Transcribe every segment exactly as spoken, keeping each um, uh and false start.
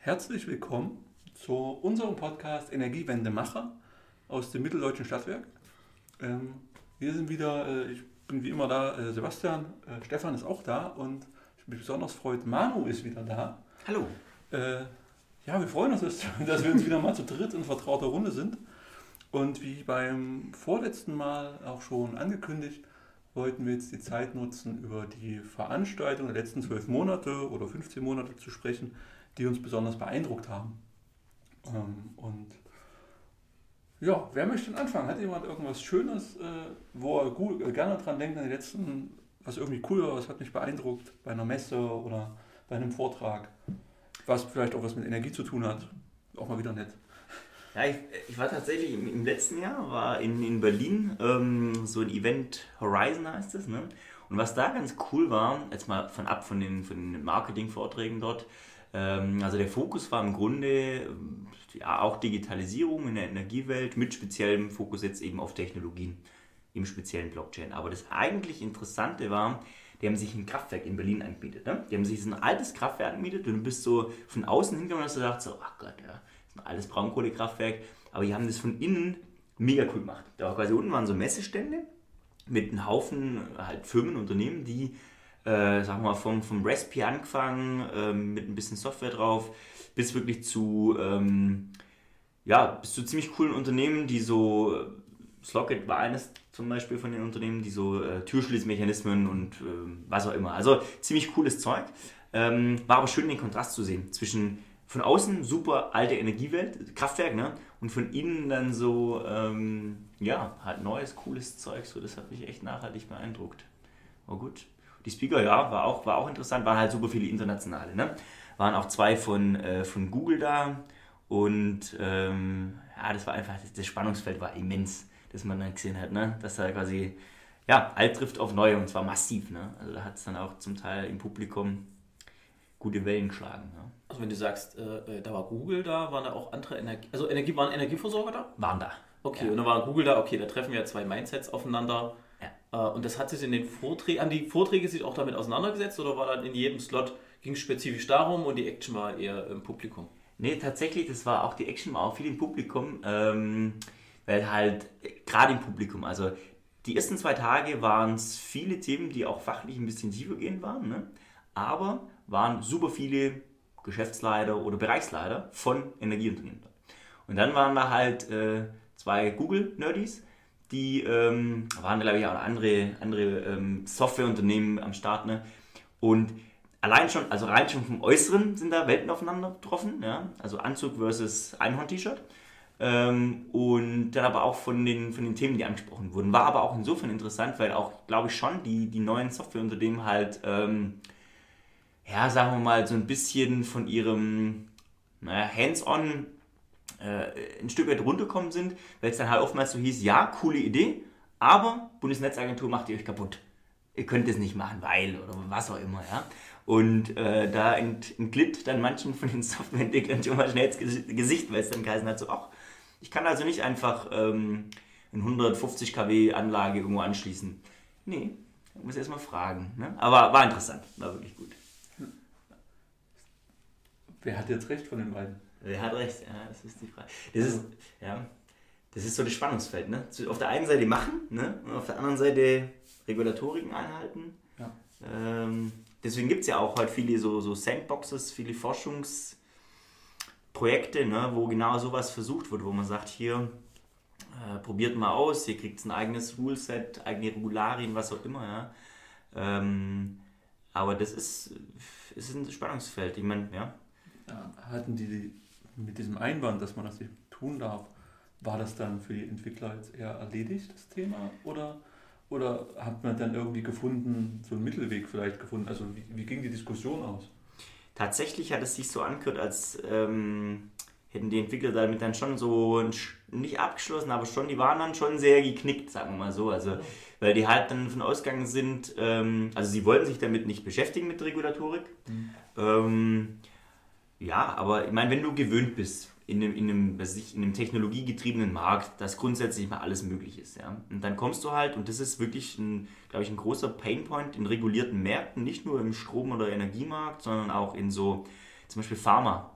Herzlich willkommen zu unserem Podcast Energiewendemacher aus dem Mitteldeutschen Stadtwerk. Ähm, wir sind wieder, äh, ich bin wie immer da, äh, Sebastian, äh, Stefan ist auch da und ich mich besonders freut, Manu ist wieder da. Hallo. Äh, ja, wir freuen uns, dass, dass wir uns wieder mal zu dritt in vertrauter Runde sind. Und wie beim vorletzten Mal auch schon angekündigt, wollten wir jetzt die Zeit nutzen, über die Veranstaltung der letzten zwölf Monate oder fünfzehn Monate zu sprechen, die uns besonders beeindruckt haben. Ähm, und ja, wer möchte denn anfangen? Hat jemand irgendwas Schönes, äh, wo er gut, äh, gerne dran denkt an die letzten, was irgendwie cool war, was hat mich beeindruckt bei einer Messe oder bei einem Vortrag, was vielleicht auch was mit Energie zu tun hat? Auch mal wieder nett. Ja, ich, ich war tatsächlich im, im letzten Jahr war in, in Berlin ähm, so ein Event Horizon heißt es, ne? Und was da ganz cool war, jetzt mal von ab von den, von den Marketing-Vorträgen dort, ähm, also der Fokus war im Grunde ja, auch Digitalisierung in der Energiewelt mit speziellem Fokus jetzt eben auf Technologien, im speziellen Blockchain. Aber das eigentlich Interessante war, die haben sich ein Kraftwerk in Berlin angemietet. Ne? Die haben sich so ein altes Kraftwerk angemietet und du bist so von außen hingekommen und hast gedacht, so, ach Gott, ja, das ist ein altes Braunkohlekraftwerk. Aber die haben das von innen mega cool gemacht. Da war quasi unten waren so Messestände mit einem Haufen halt Firmen, Unternehmen, die, äh, sagen wir mal, vom, vom Raspi angefangen, ähm, mit ein bisschen Software drauf, bis wirklich zu, ähm, ja, bis zu ziemlich coolen Unternehmen, die so, Slocket war eines zum Beispiel von den Unternehmen, die so äh, Türschließmechanismen und äh, was auch immer. Also ziemlich cooles Zeug. Ähm, war aber schön den Kontrast zu sehen zwischen von außen super alte Energiewelt, Kraftwerk, ne? Und von innen dann so, ähm, ja, halt neues, cooles Zeug. So, das hat mich echt nachhaltig beeindruckt. War gut. Die Speaker, ja, war auch, war auch interessant. Waren halt super viele internationale, ne? Waren auch zwei von, äh, von Google da. Und ähm, ja, das war einfach, das, das Spannungsfeld war immens, das man dann gesehen hat, ne? Dass da quasi, ja, alt trifft auf neu und zwar massiv, ne? Also da hat es dann auch zum Teil im Publikum gute Wellen geschlagen, ne? Also wenn du sagst, äh, da war Google da, waren da auch andere Energie, also Energie, waren Energieversorger da? Waren da. Okay, ja. Und dann war Google da, okay, da treffen wir zwei Mindsets aufeinander. Ja. Äh, und das hat sich in den Vorträgen, an die Vorträge sich auch damit auseinandergesetzt oder war dann in jedem Slot, ging es spezifisch darum und die Action war eher im Publikum? Nee, tatsächlich, das war auch, die Action war auch viel im Publikum, ähm, weil halt, gerade im Publikum, also die ersten zwei Tage waren es viele Themen, die auch fachlich ein bisschen tiefer gehen waren, ne? Aber waren super viele Geschäftsleiter oder Bereichsleiter von Energieunternehmen. Und dann waren da halt äh, zwei Google-Nerdys, die ähm, waren, glaube ich, auch andere, andere ähm, Softwareunternehmen am Start, ne? Und allein schon, also rein schon vom Äußeren sind da Welten aufeinander getroffen, ja? Also Anzug versus Einhorn-T-Shirt. Ähm, und dann aber auch von den, von den Themen, die angesprochen wurden. War aber auch insofern interessant, weil auch, glaube ich, schon die, die neuen Softwareunternehmen halt, ähm, ja, sagen wir mal, so ein bisschen von ihrem naja, Hands-on äh, ein Stück weit runtergekommen sind, weil es dann halt oftmals so hieß, ja, coole Idee, aber Bundesnetzagentur macht ihr euch kaputt. Ihr könnt es nicht machen, weil oder was auch immer, ja. Und äh, da ent, entglitt dann manchen von den Softwareentwicklern schon mal schnell ins Gesicht, weil es dann geheißen hat, so, ach, ich kann also nicht einfach ähm, eine hundertfünfzig Kilowatt Anlage irgendwo anschließen. Nee, ich muss erstmal fragen. Ne? Aber war interessant, war wirklich gut. Wer hat jetzt recht von den beiden? Wer hat recht? Ja, das ist die Frage. Das ist, ja, das ist so das Spannungsfeld. Ne? Auf der einen Seite machen, ne? Und auf der anderen Seite Regulatoriken einhalten. Ja. Ähm, deswegen gibt es ja auch heute viele so, so Sandboxes, viele Forschungsprojekte, ne? Wo genau sowas versucht wird, wo man sagt, hier äh, probiert mal aus, ihr kriegt ein eigenes Ruleset, eigene Regularien, was auch immer. Ja? Ähm, aber das ist, ist ein Spannungsfeld. Ich meine, ja. Hatten die mit diesem Einwand, dass man das nicht tun darf, war das dann für die Entwickler jetzt eher erledigt, das Thema? Oder, oder hat man dann irgendwie gefunden, so einen Mittelweg vielleicht gefunden? Also wie, wie ging die Diskussion aus? Tatsächlich hat es sich so angehört, als ähm, hätten die Entwickler damit dann schon so nicht abgeschlossen, aber schon, die waren dann schon sehr geknickt, sagen wir mal so. Also, weil die halt dann von ausgegangen sind, ähm, also sie wollten sich damit nicht beschäftigen mit Regulatorik. Mhm. Ähm, Ja, aber ich meine, wenn du gewöhnt bist in einem, in einem, was ich, in einem technologiegetriebenen Markt, dass grundsätzlich mal alles möglich ist, ja. Und dann kommst du halt, und das ist wirklich, ein, glaube ich, ein großer Painpoint in regulierten Märkten, nicht nur im Strom- oder Energiemarkt, sondern auch in so, zum Beispiel Pharma. Ne?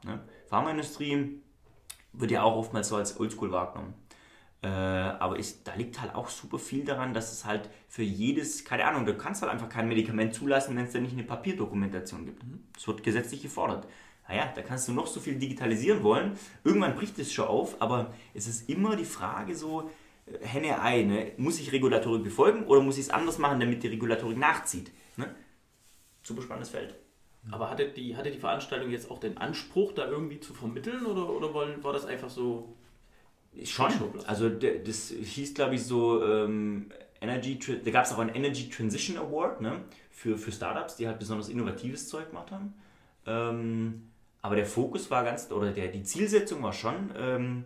Pharmaindustrie wird ja auch oftmals so als Oldschool wahrgenommen. Äh, aber ist, da liegt halt auch super viel daran, dass es halt für jedes, keine Ahnung, du kannst halt einfach kein Medikament zulassen, wenn es da nicht eine Papierdokumentation gibt. Das wird gesetzlich gefordert. Naja, da kannst du noch so viel digitalisieren wollen. Irgendwann bricht es schon auf, aber es ist immer die Frage so, Henne, Ei, ne? Muss ich Regulatorik befolgen oder muss ich es anders machen, damit die Regulatorik nachzieht? Ne? Super spannendes Feld. Aber hatte die, hatte die Veranstaltung jetzt auch den Anspruch, da irgendwie zu vermitteln oder, oder war, war das einfach so? Schon. Also das hieß, glaube ich, so ähm, Energy, da gab es auch einen Energy Transition Award, ne? für, für Startups, die halt besonders innovatives Zeug gemacht haben. Ähm, aber der Fokus war ganz, oder der, die Zielsetzung war schon, ähm,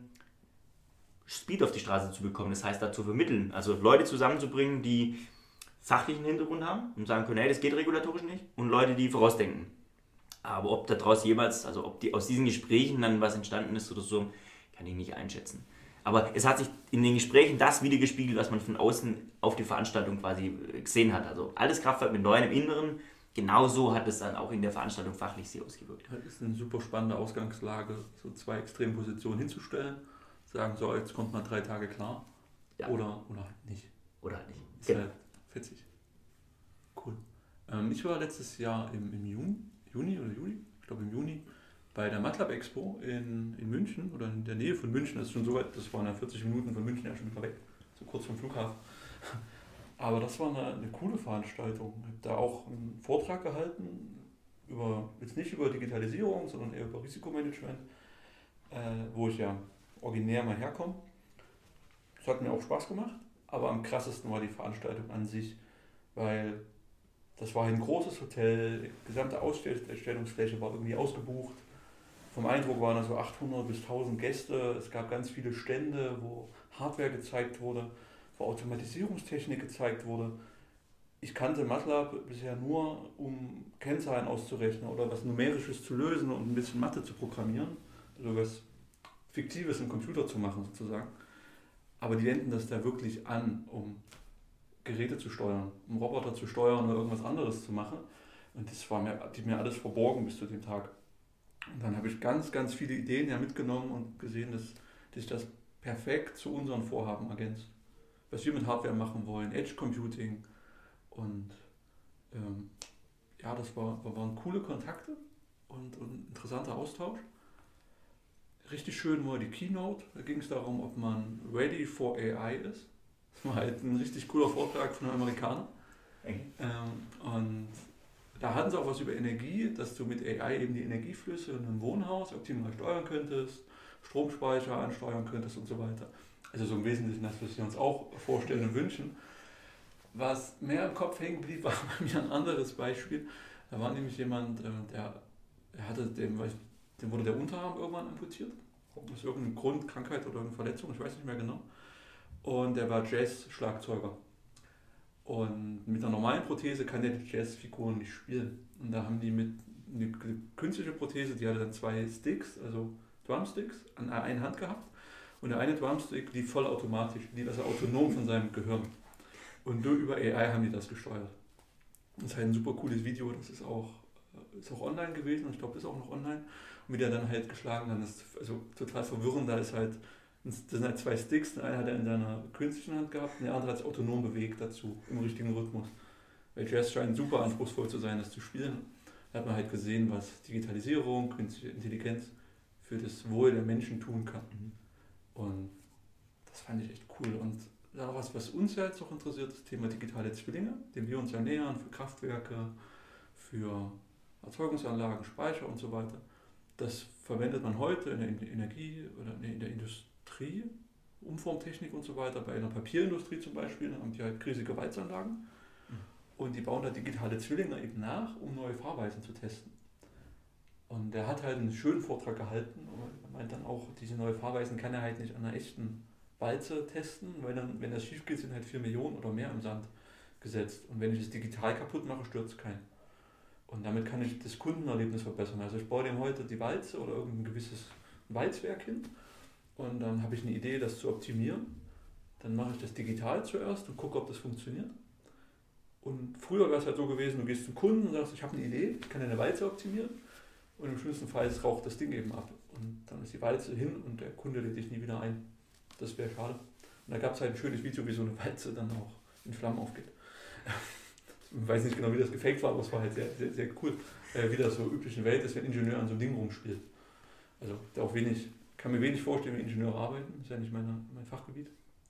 Speed auf die Straße zu bekommen, das heißt da zu vermitteln, also Leute zusammenzubringen, die fachlichen Hintergrund haben und sagen können, hey, das geht regulatorisch nicht, und Leute, die vorausdenken. Aber ob daraus jemals, also ob die, aus diesen Gesprächen dann was entstanden ist oder so, kann ich nicht einschätzen. Aber es hat sich in den Gesprächen das wiedergespiegelt, was man von außen auf die Veranstaltung quasi gesehen hat. Also alles Kraftwerk mit Neuen im Inneren, genauso hat es dann auch in der Veranstaltung fachlich sehr ausgewirkt. Das ist eine super spannende Ausgangslage, so zwei Extrempositionen hinzustellen. Sagen, so, jetzt kommt mal drei Tage klar. Ja. Oder, oder halt nicht. Oder halt nicht. Ist genau. Halt fetzig. Cool. Ähm, ich war letztes Jahr im, im Juni, Juni oder Juli, ich glaube im Juni, bei der MATLAB Expo in, in München oder in der Nähe von München. Das ist schon so weit, das waren ja vierzig Minuten von München ja schon wieder weg, so kurz vom Flughafen. Aber das war eine, eine coole Veranstaltung. Ich habe da auch einen Vortrag gehalten, über, jetzt nicht über Digitalisierung, sondern eher über Risikomanagement, äh, wo ich ja originär mal herkomme. Das hat mir auch Spaß gemacht, aber am krassesten war die Veranstaltung an sich, weil das war ein großes Hotel, die gesamte Ausstellungsfläche war irgendwie ausgebucht. Vom Eindruck waren da so achthundert bis tausend Gäste, es gab ganz viele Stände, wo Hardware gezeigt wurde, wo Automatisierungstechnik gezeigt wurde. Ich kannte MATLAB bisher nur, um Kennzahlen auszurechnen oder was Numerisches zu lösen und ein bisschen Mathe zu programmieren, also was Fiktives im Computer zu machen sozusagen. Aber die wenden das da wirklich an, um Geräte zu steuern, um Roboter zu steuern oder irgendwas anderes zu machen. Und das war mir, die mir alles verborgen bis zu dem Tag. Und dann habe ich ganz, ganz viele Ideen ja mitgenommen und gesehen, dass, dass sich das perfekt zu unseren Vorhaben ergänzt. Was wir mit Hardware machen wollen, Edge Computing. Und ähm, ja, das war, waren coole Kontakte und, und ein interessanter Austausch. Richtig schön war die Keynote, da ging es darum, ob man ready for A I ist. Das war halt ein richtig cooler Vortrag von einem Amerikaner. Okay. Ähm, und da hatten sie auch was über Energie, dass du mit A I eben die Energieflüsse in einem Wohnhaus optimal steuern könntest, Stromspeicher ansteuern könntest und so weiter. Also so im Wesentlichen das, was wir uns auch vorstellen und wünschen. Was mehr im Kopf hängen blieb, war bei mir ein anderes Beispiel. Da war nämlich jemand, der, der hatte dem, dem wurde der Unterarm irgendwann amputiert. Aus irgendeinem Grund, Krankheit oder irgendeine Verletzung, ich weiß nicht mehr genau. Und der war Jazz-Schlagzeuger. Und mit einer normalen Prothese kann der die Jazzfiguren nicht spielen. Und da haben die mit eine künstliche Prothese, die hatte dann zwei Sticks, also Drumsticks, an der einen Hand gehabt. Und der eine Drumstick lief vollautomatisch, lief also autonom von seinem Gehirn. Und nur über A I haben die das gesteuert. Das ist halt ein super cooles Video, das ist auch, ist auch online gewesen und ich glaube, ist auch noch online. Und wie der dann halt geschlagen hat, ist also total verwirrend, da ist halt, das sind halt zwei Sticks, der eine hat er in seiner künstlichen Hand gehabt und der andere hat es autonom bewegt dazu, im richtigen Rhythmus. Weil Jazz scheint super anspruchsvoll zu sein, das zu spielen. Da hat man halt gesehen, was Digitalisierung, künstliche Intelligenz für das Wohl der Menschen tun kann. Mhm. Und das fand ich echt cool. Und ja, was, was uns ja jetzt auch interessiert, das Thema digitale Zwillinge, dem wir uns ernähren, für Kraftwerke, für Erzeugungsanlagen, Speicher und so weiter. Das verwendet man heute in der Energie oder in der Industrie, Umformtechnik und so weiter. Bei einer Papierindustrie zum Beispiel haben die halt riesige Walzanlagen mhm. und die bauen da digitale Zwillinge eben nach, um neue Fahrweisen zu testen. Und der hat halt einen schönen Vortrag gehalten und er meint dann auch, diese neue Fahrweisen kann er halt nicht an einer echten Walze testen, weil dann, wenn das schief geht, sind halt vier Millionen oder mehr im Sand gesetzt. Und wenn ich es digital kaputt mache, stört es keinen. Und damit kann ich das Kundenerlebnis verbessern. Also ich baue dem heute die Walze oder irgendein gewisses Walzwerk hin und dann habe ich eine Idee, das zu optimieren. Dann mache ich das digital zuerst und gucke, ob das funktioniert. Und früher wäre es halt so gewesen, du gehst zum Kunden und sagst, ich habe eine Idee, ich kann eine Walze optimieren. und im schlimmsten Fall raucht das Ding eben ab. Und dann ist die Walze hin und der Kunde lädt dich nie wieder ein. Das wäre schade. Und da gab es halt ein schönes Video, wie so eine Walze dann auch in Flammen aufgeht. Ich weiß nicht genau, wie das gefaked war, aber es war halt sehr, sehr, sehr cool, äh, wie das so üblich in der Welt ist, wenn ein Ingenieur an so einem Ding rumspielt. Also da auch wenig, kann mir wenig vorstellen, wie Ingenieure arbeiten, das ist ja nicht meine, mein Fachgebiet.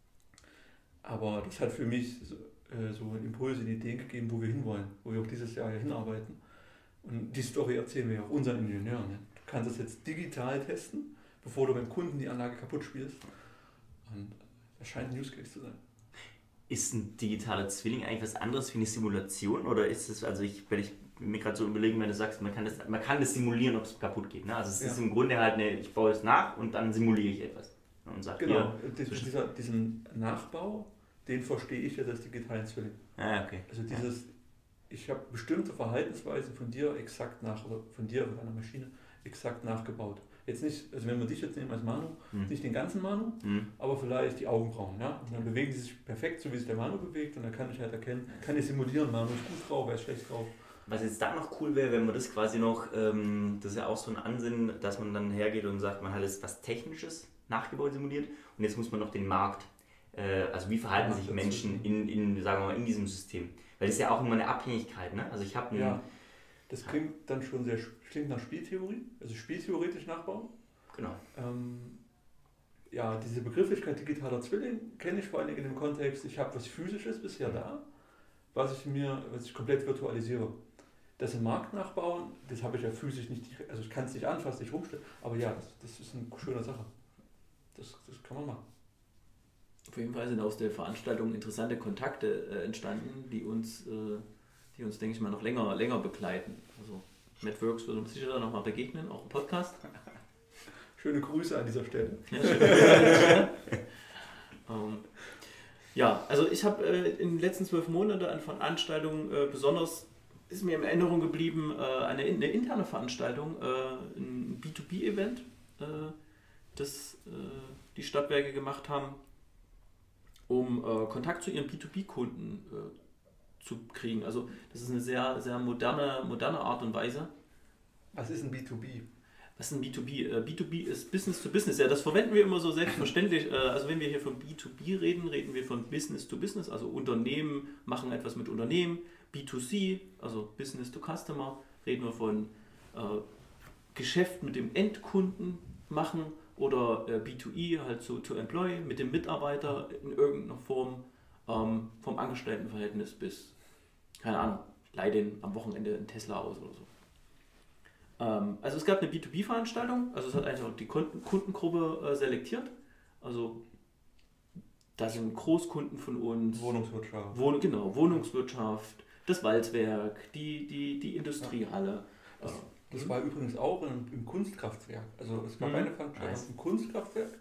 Aber das hat für mich so, äh, so Impulse, Ideen gegeben, wo wir hinwollen, wo wir auch dieses Jahr ja hinarbeiten. Und die Story erzählen wir ja auch unseren Ingenieuren. Ne? Du kannst das jetzt digital testen, bevor du beim Kunden die Anlage kaputt spielst. Und das scheint ein Use Case zu sein. Ist ein digitaler Zwilling eigentlich was anderes wie eine Simulation? Oder ist es, also ich, wenn ich mir gerade so überlegen, wenn du sagst, man kann das, man kann das simulieren, ob es kaputt geht. Ne? Also es ja. ist im Grunde halt eine, ich baue es nach und dann simuliere ich etwas. Und sag, genau, hier, so dieser, diesen Nachbau, den verstehe ich ja als digitalen Zwilling. Ah, okay. Also dieses, ich habe bestimmte Verhaltensweisen von dir exakt nach, oder von dir oder deiner Maschine exakt nachgebaut. Jetzt nicht, also wenn wir dich jetzt nehmen als Manu, hm. nicht den ganzen Manu, hm. aber vielleicht die Augenbrauen. Ja? Und dann bewegen sie sich perfekt, so wie sich der Manu bewegt, und dann kann ich halt erkennen, kann ich simulieren, Manu ist gut drauf, wer ist schlecht drauf. Was jetzt da noch cool wäre, wenn man das quasi noch, ähm, das ist ja auch so ein Ansinnen, dass man dann hergeht und sagt, man hat jetzt was Technisches nachgebaut, simuliert, und jetzt muss man noch den Markt, äh, also wie verhalten ja, sich Menschen in, in, sagen wir mal, in diesem System. Weil das ist ja auch immer eine Abhängigkeit, ne? Also ich habe ja, das klingt dann schon sehr, klingt nach Spieltheorie, also spieltheoretisch nachbauen. Genau. Ähm, ja, diese Begrifflichkeit digitaler Zwilling kenne ich vor allen Dingen in dem Kontext, ich habe was Physisches bisher da, was ich mir, was ich komplett virtualisiere. Das im Markt nachbauen, das habe ich ja physisch nicht, also ich kann es nicht anfassen, nicht rumstellen, aber ja, das, das ist eine schöne Sache. Das, das kann man machen. Auf jeden Fall sind aus der Veranstaltung interessante Kontakte äh, entstanden, die uns, äh, die uns, denke ich mal, noch länger, länger begleiten. Also Networks wird uns sicher noch mal begegnen, auch im Podcast. Schöne Grüße an dieser Stelle. Ja, schöne Grüße an dieser Stelle. ähm, ja, also ich habe äh, in den letzten zwölf Monaten an Veranstaltungen äh, besonders, ist mir in Erinnerung geblieben, äh, eine, eine interne Veranstaltung, äh, ein B zwei B-Event, äh, das äh, die Stadtwerke gemacht haben, um äh, Kontakt zu ihren B zwei B-Kunden äh, zu kriegen. Also das ist eine sehr, sehr moderne, moderne Art und Weise. Was ist ein B zwei B? Was ist ein B zwei B? Äh, B zwei B ist Business to Business. Ja, das verwenden wir immer so selbstverständlich. Äh, also wenn wir hier von B zwei B reden, reden wir von Business to Business. Also Unternehmen machen etwas mit Unternehmen. B zwei C, also Business to Customer, reden wir von äh, Geschäft mit dem Endkunden machen. Oder äh, B zwei E, halt so to Employee, mit dem Mitarbeiter in irgendeiner Form, ähm, vom Angestelltenverhältnis bis, keine Ahnung, leih den am Wochenende einen Tesla aus oder so. Ähm, also es gab eine B zwei B-Veranstaltung, also es hat einfach die Kunden, Kundengruppe äh, selektiert. Also da sind Großkunden von uns. Wohnungswirtschaft. Wohn, genau, Wohnungswirtschaft, das Walzwerk, die, die, die Industriehalle. Ja. Äh, Das war übrigens auch im, im Kunstkraftwerk. Also es gab mhm. eine Veranstaltung im Kunstkraftwerk,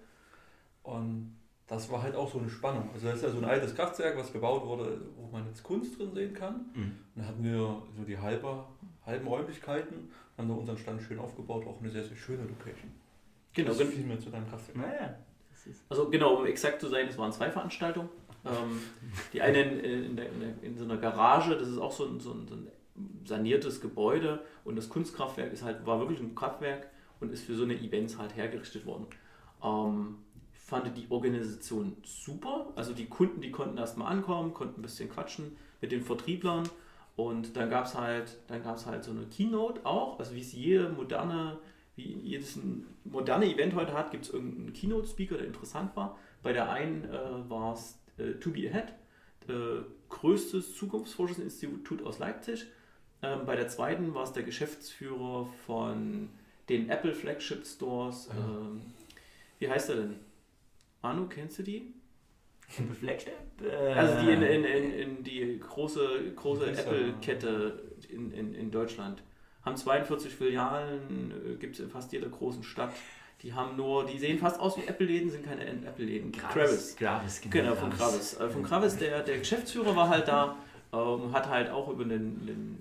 und das war halt auch so eine Spannung. Also das ist ja so ein altes Kraftwerk, was gebaut wurde, wo man jetzt Kunst drin sehen kann. Mhm. Und da hatten wir so die halbe, halben Räumlichkeiten, haben da unseren Stand schön aufgebaut, auch eine sehr, sehr schöne Location. Genau. Das ist viel mehr zu deinem Kraftwerk. Naja. Also genau, um exakt zu sein, es waren zwei Veranstaltungen. Ähm, die eine in, in, der, in, der, in so einer Garage, das ist auch so ein, so ein, so ein saniertes Gebäude, und das Kunstkraftwerk ist halt, war wirklich ein Kraftwerk und ist für so eine Events halt hergerichtet worden. Ähm, ich fand die Organisation super, also die Kunden, die konnten erstmal ankommen, konnten ein bisschen quatschen mit den Vertrieblern, und dann gab es halt, dann gab es halt so eine Keynote auch, also wie es jede moderne, wie jedes moderne Event heute hat, gibt es irgendeinen Keynote-Speaker, der interessant war. Bei der einen äh, war es äh, To Be Ahead, äh, größtes Zukunftsforschungsinstitut aus Leipzig. Ähm, bei der zweiten war es der Geschäftsführer von den Apple Flagship Stores. Ähm, wie heißt er denn? Manu, kennst du die? Apple Flagship? Äh, also die in, in, in, in die große, große Apple-Kette in, in, in Deutschland. Haben zweiundvierzig Filialen, äh, gibt es in fast jeder großen Stadt. Die haben nur, die sehen fast aus wie Apple-Läden, sind keine Apple-Läden. Gravis. Gravis, genau. Genau, von Gravis. Äh, von Gravis, der, der Geschäftsführer war halt da, ähm, hat halt auch über einen, einen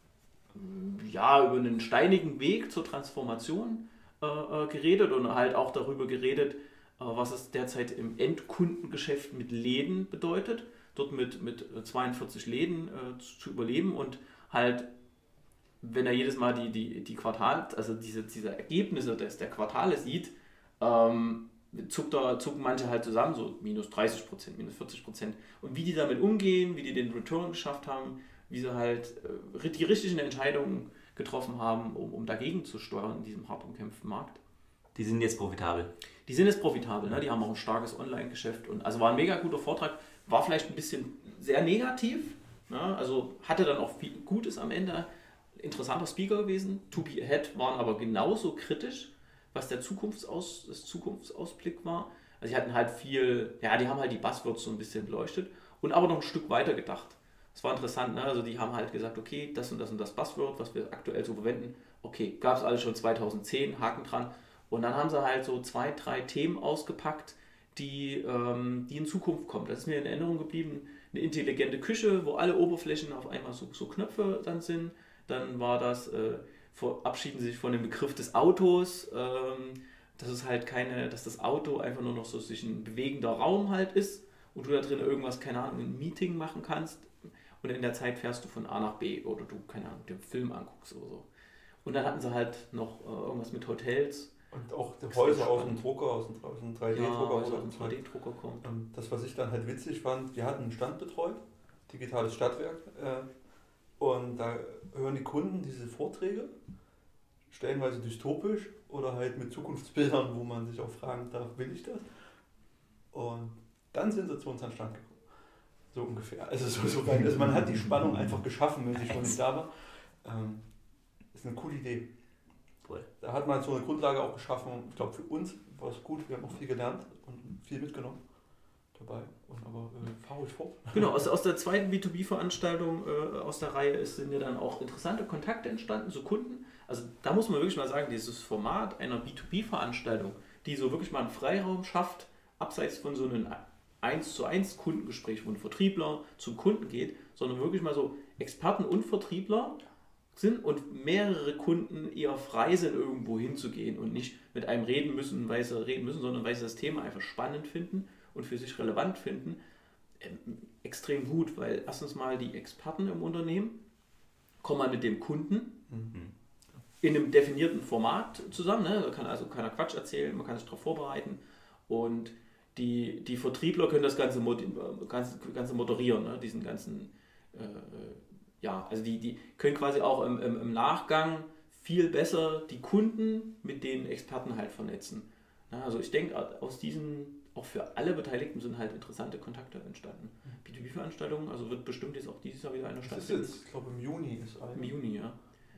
ja, über einen steinigen Weg zur Transformation äh, geredet und halt auch darüber geredet, äh, was es derzeit im Endkundengeschäft mit Läden bedeutet, dort mit, mit zweiundvierzig Läden äh, zu, zu überleben und halt wenn er jedes Mal die, die, die Quartal, also diese, diese Ergebnisse des, der Quartale sieht, ähm, zuckt er, zucken manche halt zusammen, so minus dreißig Prozent, minus vierzig Prozent. Und wie die damit umgehen, wie die den Return geschafft haben, wie sie halt äh, die richtigen Entscheidungen getroffen haben, um, um dagegen zu steuern in diesem hart umkämpften Markt. Die sind jetzt profitabel. Die sind jetzt profitabel, ne? Die haben auch ein starkes Online-Geschäft. Und also war ein mega guter Vortrag, war vielleicht ein bisschen sehr negativ, ne? Also hatte dann auch viel Gutes am Ende. Interessanter Speaker gewesen. To Be Ahead waren aber genauso kritisch, was der Zukunftsaus, das Zukunftsausblick war. Also die hatten halt viel, ja, die haben halt die Buzzwords so ein bisschen beleuchtet und aber noch ein Stück weiter gedacht. Das war interessant, ne? Also die haben halt gesagt, okay, das und das und das Buzzword, was wir aktuell so verwenden, okay, gab es alles schon zweitausendzehn, Haken dran. Und dann haben sie halt so zwei, drei Themen ausgepackt, die, ähm, die in Zukunft kommen. Das ist mir in Erinnerung geblieben. Eine intelligente Küche, wo alle Oberflächen auf einmal so, so Knöpfe dann sind. Dann war das, äh, verabschieden sie sich von dem Begriff des Autos, ähm, dass es halt keine, dass das Auto einfach nur noch so sich ein bewegender Raum halt ist und du da drin irgendwas, keine Ahnung, ein Meeting machen kannst und in der Zeit fährst du von A nach B oder du, keine Ahnung, den Film anguckst oder so. Und dann hatten sie halt noch äh, irgendwas mit Hotels. Und auch die Häuser aus dem Drucker, aus dem, aus dem drei D-Drucker. Ja, aus dem drei D-Drucker kommt. Das, was ich dann halt witzig fand, wir hatten einen Stand betreut, digitales Stadtwerk, äh, und da hören die Kunden diese Vorträge, stellenweise dystopisch oder halt mit Zukunftsbildern, wo man sich auch fragen darf, will ich das? Und dann sind sie zu uns an den Stand gekommen. So ungefähr. Also, so, so rein. Also man hat die Spannung einfach geschaffen, wenn sie schon nicht da war. Ähm, ist eine coole Idee. Cool. Da hat man so eine Grundlage auch geschaffen. Ich glaube, für uns war es gut. Wir haben auch viel gelernt und viel mitgenommen dabei. Und aber äh, fahr ruhig fort. Genau, aus, aus der zweiten B zwei B-Veranstaltung äh, aus der Reihe ist, sind ja dann auch interessante Kontakte entstanden zu Kunden. Also da muss man wirklich mal sagen, dieses Format einer B zwei B-Veranstaltung, die so wirklich mal einen Freiraum schafft, abseits von so einem eins zu eins Kundengespräch, wo ein Vertriebler zum Kunden geht, sondern wirklich mal so Experten und Vertriebler sind und mehrere Kunden eher frei sind, irgendwo hinzugehen und nicht mit einem reden müssen, weil sie reden müssen, sondern weil sie das Thema einfach spannend finden und für sich relevant finden. Ähm, extrem gut, weil erstens mal die Experten im Unternehmen kommen mal mit dem Kunden mhm. in einem definierten Format zusammen. Ne? Da kann also keiner Quatsch erzählen, man kann sich darauf vorbereiten und die, die Vertriebler können das Ganze, Ganze, Ganze moderieren, ne? Diesen ganzen äh, ja, also die, die können quasi auch im, im, im Nachgang viel besser die Kunden mit den Experten halt vernetzen. Ja, also ich denke, aus diesen, auch für alle Beteiligten sind halt interessante Kontakte entstanden. B zwei B-Veranstaltungen, also wird bestimmt jetzt auch dieses Jahr wieder eine stattfinden. Das ist jetzt, ich glaube im Juni ist eine. Im Juni, ja.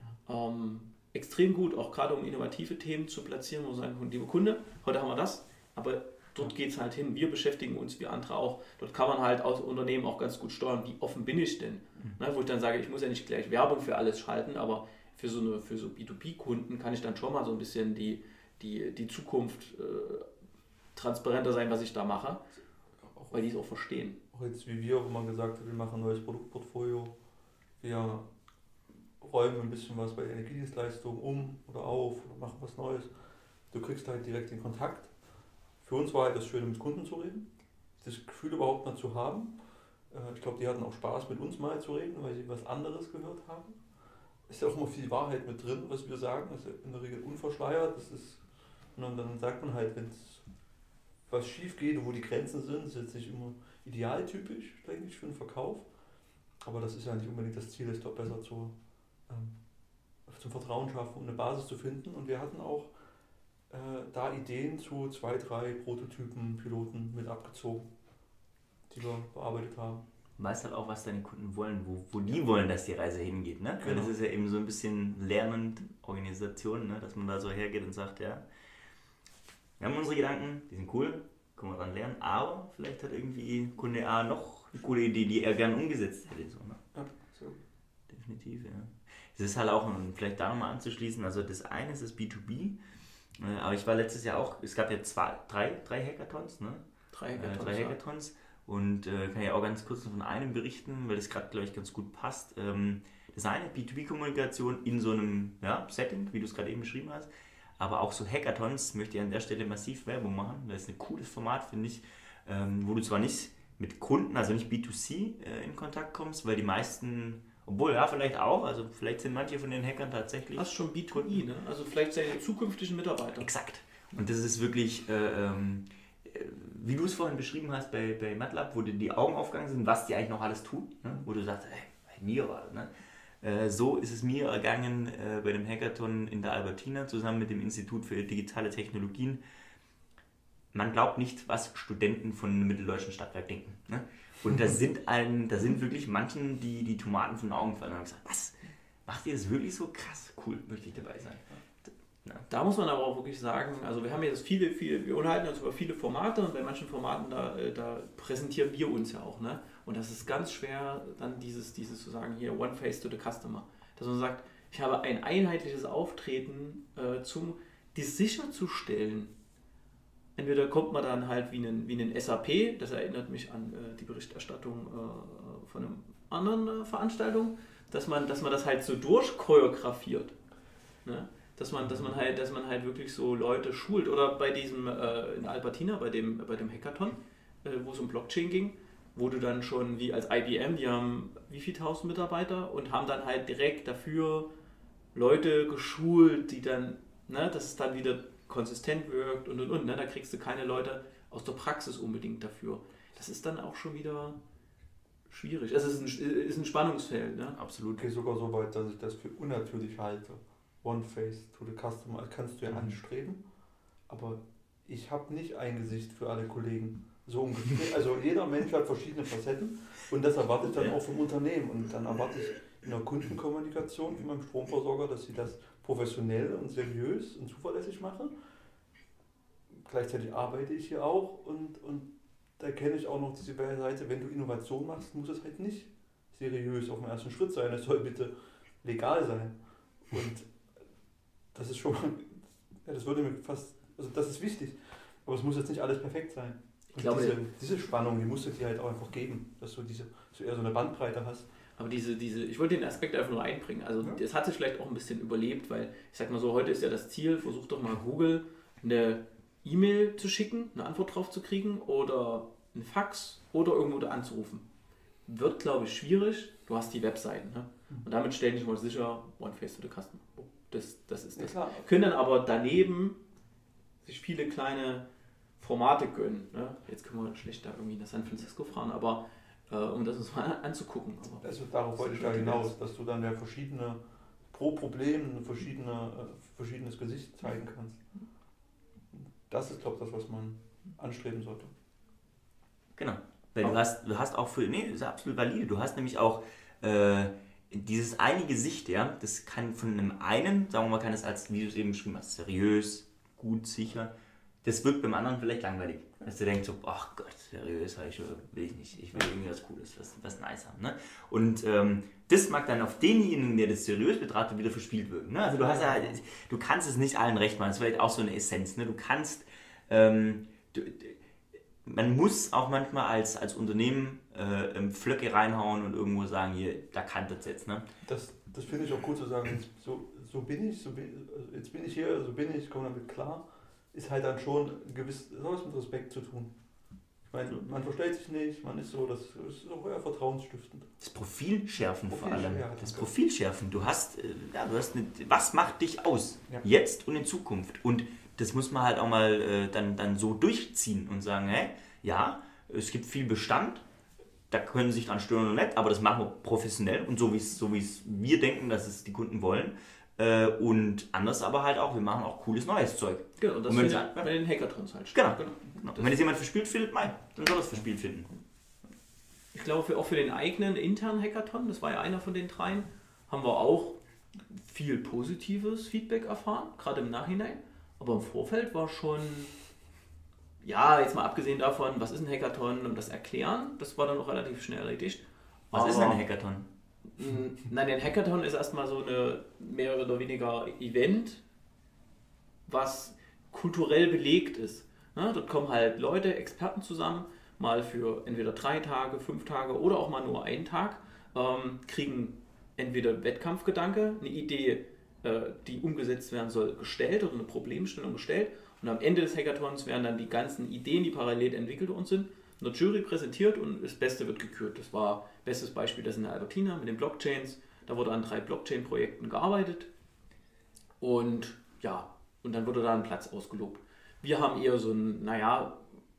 Ähm, extrem gut, auch gerade um innovative Themen zu platzieren, wo wir sagen, liebe Kunde, heute haben wir das, aber dort geht es halt hin, wir beschäftigen uns wie andere auch. Dort kann man halt aus Unternehmen auch ganz gut steuern, wie offen bin ich denn? Mhm. Ne, wo ich dann sage, ich muss ja nicht gleich Werbung für alles schalten, aber für so, eine, für so B zwei B-Kunden kann ich dann schon mal so ein bisschen die, die, die Zukunft äh, transparenter sein, was ich da mache, auch, weil die es auch verstehen. Auch jetzt wie wir, wo man gesagt hat, wir machen ein neues Produktportfolio, wir räumen ein bisschen was bei Energiedienstleistungen um oder auf oder machen was Neues. Du kriegst halt direkt den Kontakt. Für uns war halt das Schöne, mit Kunden zu reden, das Gefühl überhaupt mal zu haben. Ich glaube, die hatten auch Spaß, mit uns mal zu reden, weil sie was anderes gehört haben. Es ist ja auch immer viel Wahrheit mit drin, was wir sagen. Das ist ja in der Regel unverschleiert. Das ist, und dann, dann sagt man halt, wenn es was schief geht und wo die Grenzen sind, ist jetzt nicht immer idealtypisch, denke ich, für den Verkauf. Aber das ist ja nicht unbedingt das Ziel, es ist doch besser zu, ähm, zum Vertrauen schaffen, um eine Basis zu finden. Und wir hatten auch Äh, da Ideen zu zwei, drei Prototypen, Piloten mit abgezogen, die wir bearbeitet haben. Du weißt halt auch, was deine Kunden wollen, wo, wo die wollen, dass die Reise hingeht. Ne? Genau. Weil das ist ja eben so ein bisschen lernend Organisation, ne? Dass man da so hergeht und sagt, ja, wir haben unsere Gedanken, die sind cool, können wir dran lernen, aber vielleicht hat irgendwie Kunde A noch eine coole Idee, die er gern umgesetzt hätte. So, ne? Ja, so. Definitiv, ja. Es ist halt auch, um vielleicht da nochmal anzuschließen, also das eine ist das B zwei B, aber ich war letztes Jahr auch, es gab ja zwei, drei, drei Hackathons, ne? Drei Hackathons, äh, drei Hackathons ja. Und äh, kann ja auch ganz kurz noch von einem berichten, weil das gerade, glaube ich, ganz gut passt. Ähm, das eine, B zwei B-Kommunikation in so einem ja, Setting, wie du es gerade eben beschrieben hast, aber auch so Hackathons möchte ich an der Stelle massiv Werbung machen. Das ist ein cooles Format, finde ich, ähm, wo du zwar nicht mit Kunden, also nicht B zwei C äh, in Kontakt kommst, weil die meisten Obwohl, ja, vielleicht auch. Also vielleicht sind manche von den Hackern tatsächlich... Das ist schon B zwei I, ne? Also vielleicht seine zukünftigen Mitarbeiter. Exakt. Und das ist wirklich, äh, ähm, wie du es vorhin beschrieben hast bei, bei MATLAB, wo dir die Augen aufgegangen sind, was die eigentlich noch alles tun. Ne? Wo du sagst, ey, bei mir war das, ne? Äh, so ist es mir ergangen äh, bei dem Hackathon in der Albertina zusammen mit dem Institut für digitale Technologien. Man glaubt nicht, was Studenten von einem mitteldeutschen Stadtwerk denken. Ne? Und da sind, ein, da sind wirklich manchen, die die Tomaten von den Augen fallen und haben gesagt, was, macht ihr das wirklich so krass? Cool, möchte ich dabei sein. Ja. Da muss man aber auch wirklich sagen, also wir haben jetzt viele, viele, wir unterhalten uns über viele Formate und bei manchen Formaten, da, da präsentieren wir uns ja auch, ne? Und das ist ganz schwer, dann dieses, dieses zu sagen, hier, one face to the customer. Dass man sagt, ich habe ein einheitliches Auftreten, äh, zum, die sicherzustellen. Entweder kommt man dann halt wie einen, wie einen S A P, das erinnert mich an äh, die Berichterstattung äh, von einer anderen äh, Veranstaltung, dass man, dass man das halt so durchchoreografiert. Ne? Dass man, dass man halt, dass man halt wirklich so Leute schult. Oder bei diesem äh, in Albertina, bei dem, bei dem Hackathon, äh, wo es um Blockchain ging, wo du dann schon wie als I B M, die haben wie viel tausend Mitarbeiter und haben dann halt direkt dafür Leute geschult, die dann, ne, dass es dann wieder konsistent wirkt und und und. Ne, da kriegst du keine Leute aus der Praxis unbedingt dafür. Das ist dann auch schon wieder schwierig. Es ist ein, ist ein Spannungsfeld. Ne? Absolut. Ich gehe sogar so weit, dass ich das für unnatürlich halte. One face to the customer kannst du ja anstreben, aber ich habe nicht ein Gesicht für alle Kollegen. So ungefähr. Also jeder Mensch hat verschiedene Facetten und das erwarte ich dann auch vom Unternehmen. Und dann erwarte ich in der Kundenkommunikation wie beim Stromversorger, dass sie das professionell und seriös und zuverlässig machen. Gleichzeitig arbeite ich hier auch und, und da kenne ich auch noch diese Seite, wenn du Innovation machst, muss es halt nicht seriös auf dem ersten Schritt sein. Es soll bitte legal sein. Und das ist schon, ja, das würde mir fast, also das ist wichtig, aber es muss jetzt nicht alles perfekt sein. Und glaube, diese, diese Spannung, die musst du dir halt auch einfach geben, dass du diese, so eher so eine Bandbreite hast. Aber diese, diese, ich wollte den Aspekt einfach nur einbringen. Also ja. Das hat sich vielleicht auch ein bisschen überlebt, weil ich sag mal so, heute ist ja das Ziel, versuch doch mal Google eine E-Mail zu schicken, eine Antwort drauf zu kriegen oder ein Fax oder irgendwo da anzurufen. Wird, glaube ich, schwierig. Du hast die Webseiten, ne? Und damit stell dich mal sicher, one face to the customer. Das, das ist das. Ja, können dann aber daneben sich viele kleine Formate gönnen. Ne? Jetzt können wir schlecht da irgendwie nach San Francisco fahren, aber äh, um das uns mal anzugucken. Aber also darauf wollte ich da hinaus, dass du dann ja verschiedene, pro Problem verschiedene, äh, verschiedenes Gesicht zeigen kannst. Das ist, glaube ich, das, was man anstreben sollte. Genau. Weil du hast, du hast auch für, nee, das ist absolut valide, du hast nämlich auch äh, dieses eine Gesicht, ja, das kann von einem einen, sagen wir mal, kann es als, wie du es eben beschrieben hast, seriös, gut, sicher, das wirkt beim anderen vielleicht langweilig. Dass du denkst so, ach Gott, seriös, ich, will ich nicht, ich will irgendwie was Cooles, was, was nice haben. Ne? Und ähm, das mag dann auf denjenigen, der das seriös betrachtet, wieder verspielt wirken. Ne? Also du hast ja, du kannst es nicht allen recht machen, das ist vielleicht auch so eine Essenz. Ne? Du kannst, ähm, du, man muss auch manchmal als, als Unternehmen äh, Pflöcke reinhauen und irgendwo sagen, hier, da kann das jetzt. Ne? Das, das finde ich auch gut zu sagen, so, so bin ich, so bin, jetzt bin ich hier, so bin ich, komme damit klar. Ist halt dann schon gewiss, was mit Respekt zu tun. Ich meine, man verstellt sich nicht, man ist so, das ist auch eher vertrauensstiftend. Das Profil schärfen Profil, vor allem. Ja, das Profil schärfen. Du hast, ja, du hast eine, was macht dich aus? Ja. Jetzt und in Zukunft. Und das muss man halt auch mal äh, dann, dann so durchziehen und sagen, hey, ja, es gibt viel Bestand, da können sie sich dran stören oder nicht, aber das machen wir professionell und so wie es so wie's wir denken, dass es die Kunden wollen. Und anders aber halt auch, wir machen auch cooles neues Zeug. Genau, und das und wenn bei den Hackathons halt. Genau. genau. genau. Und wenn es jemand verspielt findet, mein, dann soll er es verspielt finden. Ich glaube, für, auch für den eigenen internen Hackathon, das war ja einer von den dreien, haben wir auch viel positives Feedback erfahren, gerade im Nachhinein. Aber im Vorfeld war schon, ja, jetzt mal abgesehen davon, was ist ein Hackathon und das Erklären, das war dann auch relativ schnell erledigt. Was aber ist ein Hackathon? Nein, ein Hackathon ist erstmal so eine mehr oder weniger Event, was kulturell belegt ist. Ne? Dort kommen halt Leute, Experten zusammen, mal für entweder drei Tage, fünf Tage oder auch mal nur einen Tag, ähm, kriegen entweder Wettkampfgedanke, eine Idee, äh, die umgesetzt werden soll, gestellt oder eine Problemstellung gestellt und am Ende des Hackathons werden dann die ganzen Ideen, die parallel entwickelt worden sind, einer Jury präsentiert und das Beste wird gekürt. Das war bestes Beispiel, das in der Albertina mit den Blockchains. Da wurde an drei Blockchain-Projekten gearbeitet und ja, und dann wurde da ein Platz ausgelobt. Wir haben eher so ein, naja,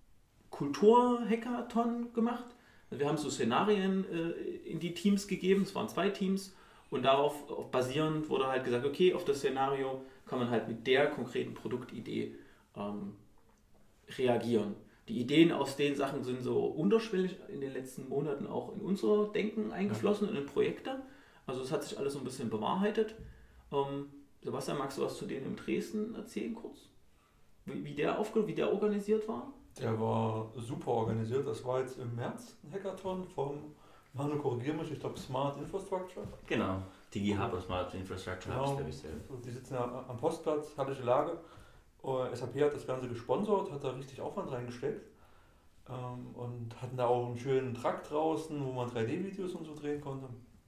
Kultur-Hackathon gemacht. Wir haben so Szenarien äh, in die Teams gegeben, es waren zwei Teams und darauf auf basierend wurde halt gesagt, okay, auf das Szenario kann man halt mit der konkreten Produktidee ähm, reagieren. Die Ideen aus den Sachen sind so unterschwellig in den letzten Monaten auch in unser Denken eingeflossen, in Projekte. Also es hat sich alles so ein bisschen bewahrheitet. Ähm, Sebastian, magst du was zu denen in Dresden erzählen kurz? Wie, wie, der aufge- wie der organisiert war? Der war super organisiert. Das war jetzt im März ein Hackathon vom, Manu, korrigiere mich, ich glaube Smart Infrastructure. Genau, T G Hub, Smart Infrastructure Genau. Hubs, glaube ich selbst. Die sitzen ja am Postplatz, herrliche Lage. S A P hat das Ganze gesponsert, hat da richtig Aufwand reingesteckt ähm, und hatten da auch einen schönen Trakt draußen, wo man drei D-Videos und so drehen konnte.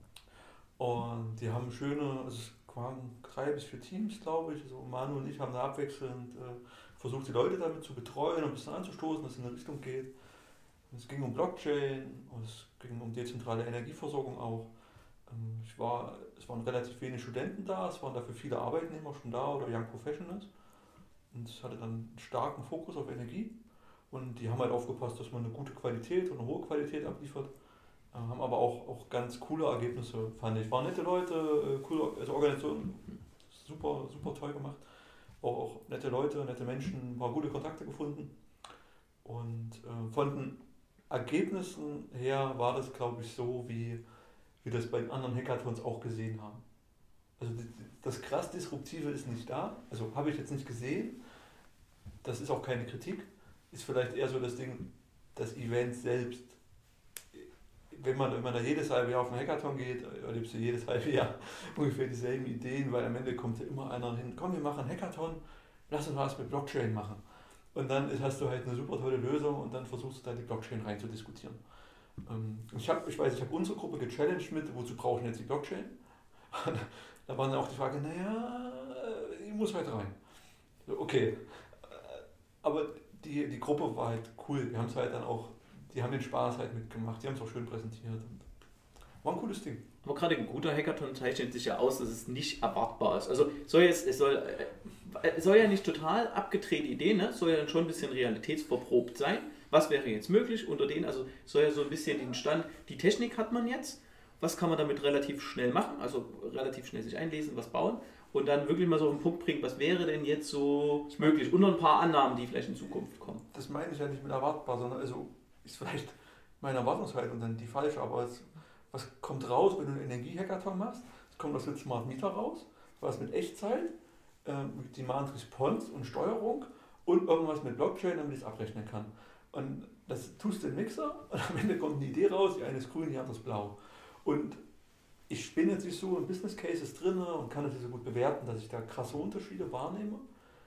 Und die haben schöne, also es waren drei bis vier Teams, glaube ich. Also Manu und ich haben da abwechselnd äh, versucht, die Leute damit zu betreuen und ein bisschen anzustoßen, dass es in eine Richtung geht. Und es ging um Blockchain, und es ging um dezentrale Energieversorgung auch. Ähm, ich war, es waren relativ wenig Studenten da, es waren dafür viele Arbeitnehmer schon da oder Young Professionals. Und es hatte dann einen starken Fokus auf Energie und die haben halt aufgepasst, dass man eine gute Qualität und eine hohe Qualität abliefert. Äh, haben aber auch, auch ganz coole Ergebnisse, fand ich. Waren nette Leute, äh, coole also Organisation, super, super toll gemacht. Auch, auch nette Leute, nette Menschen, war gute Kontakte gefunden. Und äh, von den Ergebnissen her war das, glaube ich, so, wie wir das bei den anderen Hackathons auch gesehen haben. Also das krass Disruptive ist nicht da, also habe ich jetzt nicht gesehen, das ist auch keine Kritik, ist vielleicht eher so das Ding, das Event selbst. Wenn man, wenn man da jedes halbe Jahr auf einen Hackathon geht, erlebst du jedes halbe Jahr ungefähr dieselben Ideen, weil am Ende kommt ja immer einer hin, komm, wir machen einen Hackathon, lass uns was mit Blockchain machen. Und dann hast du halt eine super tolle Lösung und dann versuchst du da die Blockchain rein zu diskutieren. Ich, hab, ich weiß, ich habe unsere Gruppe gechallenged mit, wozu brauchen wir jetzt die Blockchain? Da war dann auch die Frage, naja, ich muss halt rein. Okay, aber die, die Gruppe war halt cool, die haben es halt dann auch, die haben den Spaß halt mitgemacht, die haben es auch schön präsentiert. Und war ein cooles Ding. Aber gerade ein guter Hackathon zeichnet sich ja aus, dass es nicht erwartbar ist. Also soll jetzt, es soll, es soll ja nicht total abgedrehte Ideen, ne? Es soll ja dann schon ein bisschen realitätsverprobt sein. Was wäre jetzt möglich unter denen? Also soll ja so ein bisschen den Stand, die Technik hat man jetzt. Was kann man damit relativ schnell machen, also relativ schnell sich einlesen, was bauen und dann wirklich mal so auf den Punkt bringen, was wäre denn jetzt so möglich und noch ein paar Annahmen, die vielleicht in Zukunft kommen. Das meine ich ja nicht mit erwartbar, sondern also ist vielleicht meine Erwartungshaltung dann die falsche, aber es, was kommt raus, wenn du einen Energie-Hackathon machst? Es kommt was mit Smart Meter raus, was mit Echtzeit, äh, mit Demand Response und Steuerung und irgendwas mit Blockchain, damit ich es abrechnen kann. Und das tust du im Mixer und am Ende kommt eine Idee raus, die eine ist grün, die andere ist blau. Und ich spinne jetzt nicht so in Business Cases drin und kann das nicht so gut bewerten, dass ich da krasse Unterschiede wahrnehme.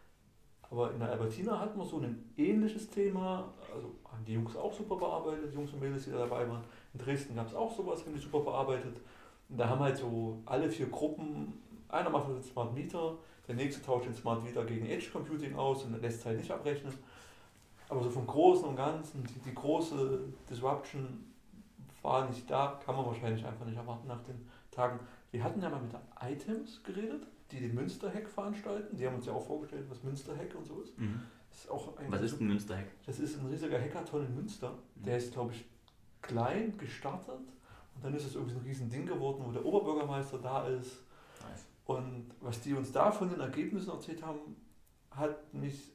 Aber in der Albertina hatten wir so ein ähnliches Thema, also haben die Jungs auch super bearbeitet, die Jungs und Mädels, die da dabei waren. In Dresden gab es auch sowas, haben die super bearbeitet. Und da haben halt so alle vier Gruppen, einer macht das Smart Meter, der nächste tauscht den Smart Meter gegen Edge Computing aus und lässt es halt nicht abrechnen. Aber so vom Großen und Ganzen, die, die große Disruption war nicht da, kann man wahrscheinlich einfach nicht erwarten nach den Tagen. Wir hatten ja mal mit der Items geredet, die den Münster-Hack veranstalten. Die haben uns ja auch vorgestellt, was Münster-Hack und so ist. Mhm. ist auch ein was ist ein Münster-Hack? Das ist ein riesiger Hackathon in Münster. Der ist, glaube ich, klein gestartet und dann ist es irgendwie so ein riesen Ding geworden, wo der Oberbürgermeister da ist. Nice. Und was die uns da von den Ergebnissen erzählt haben, hat mich,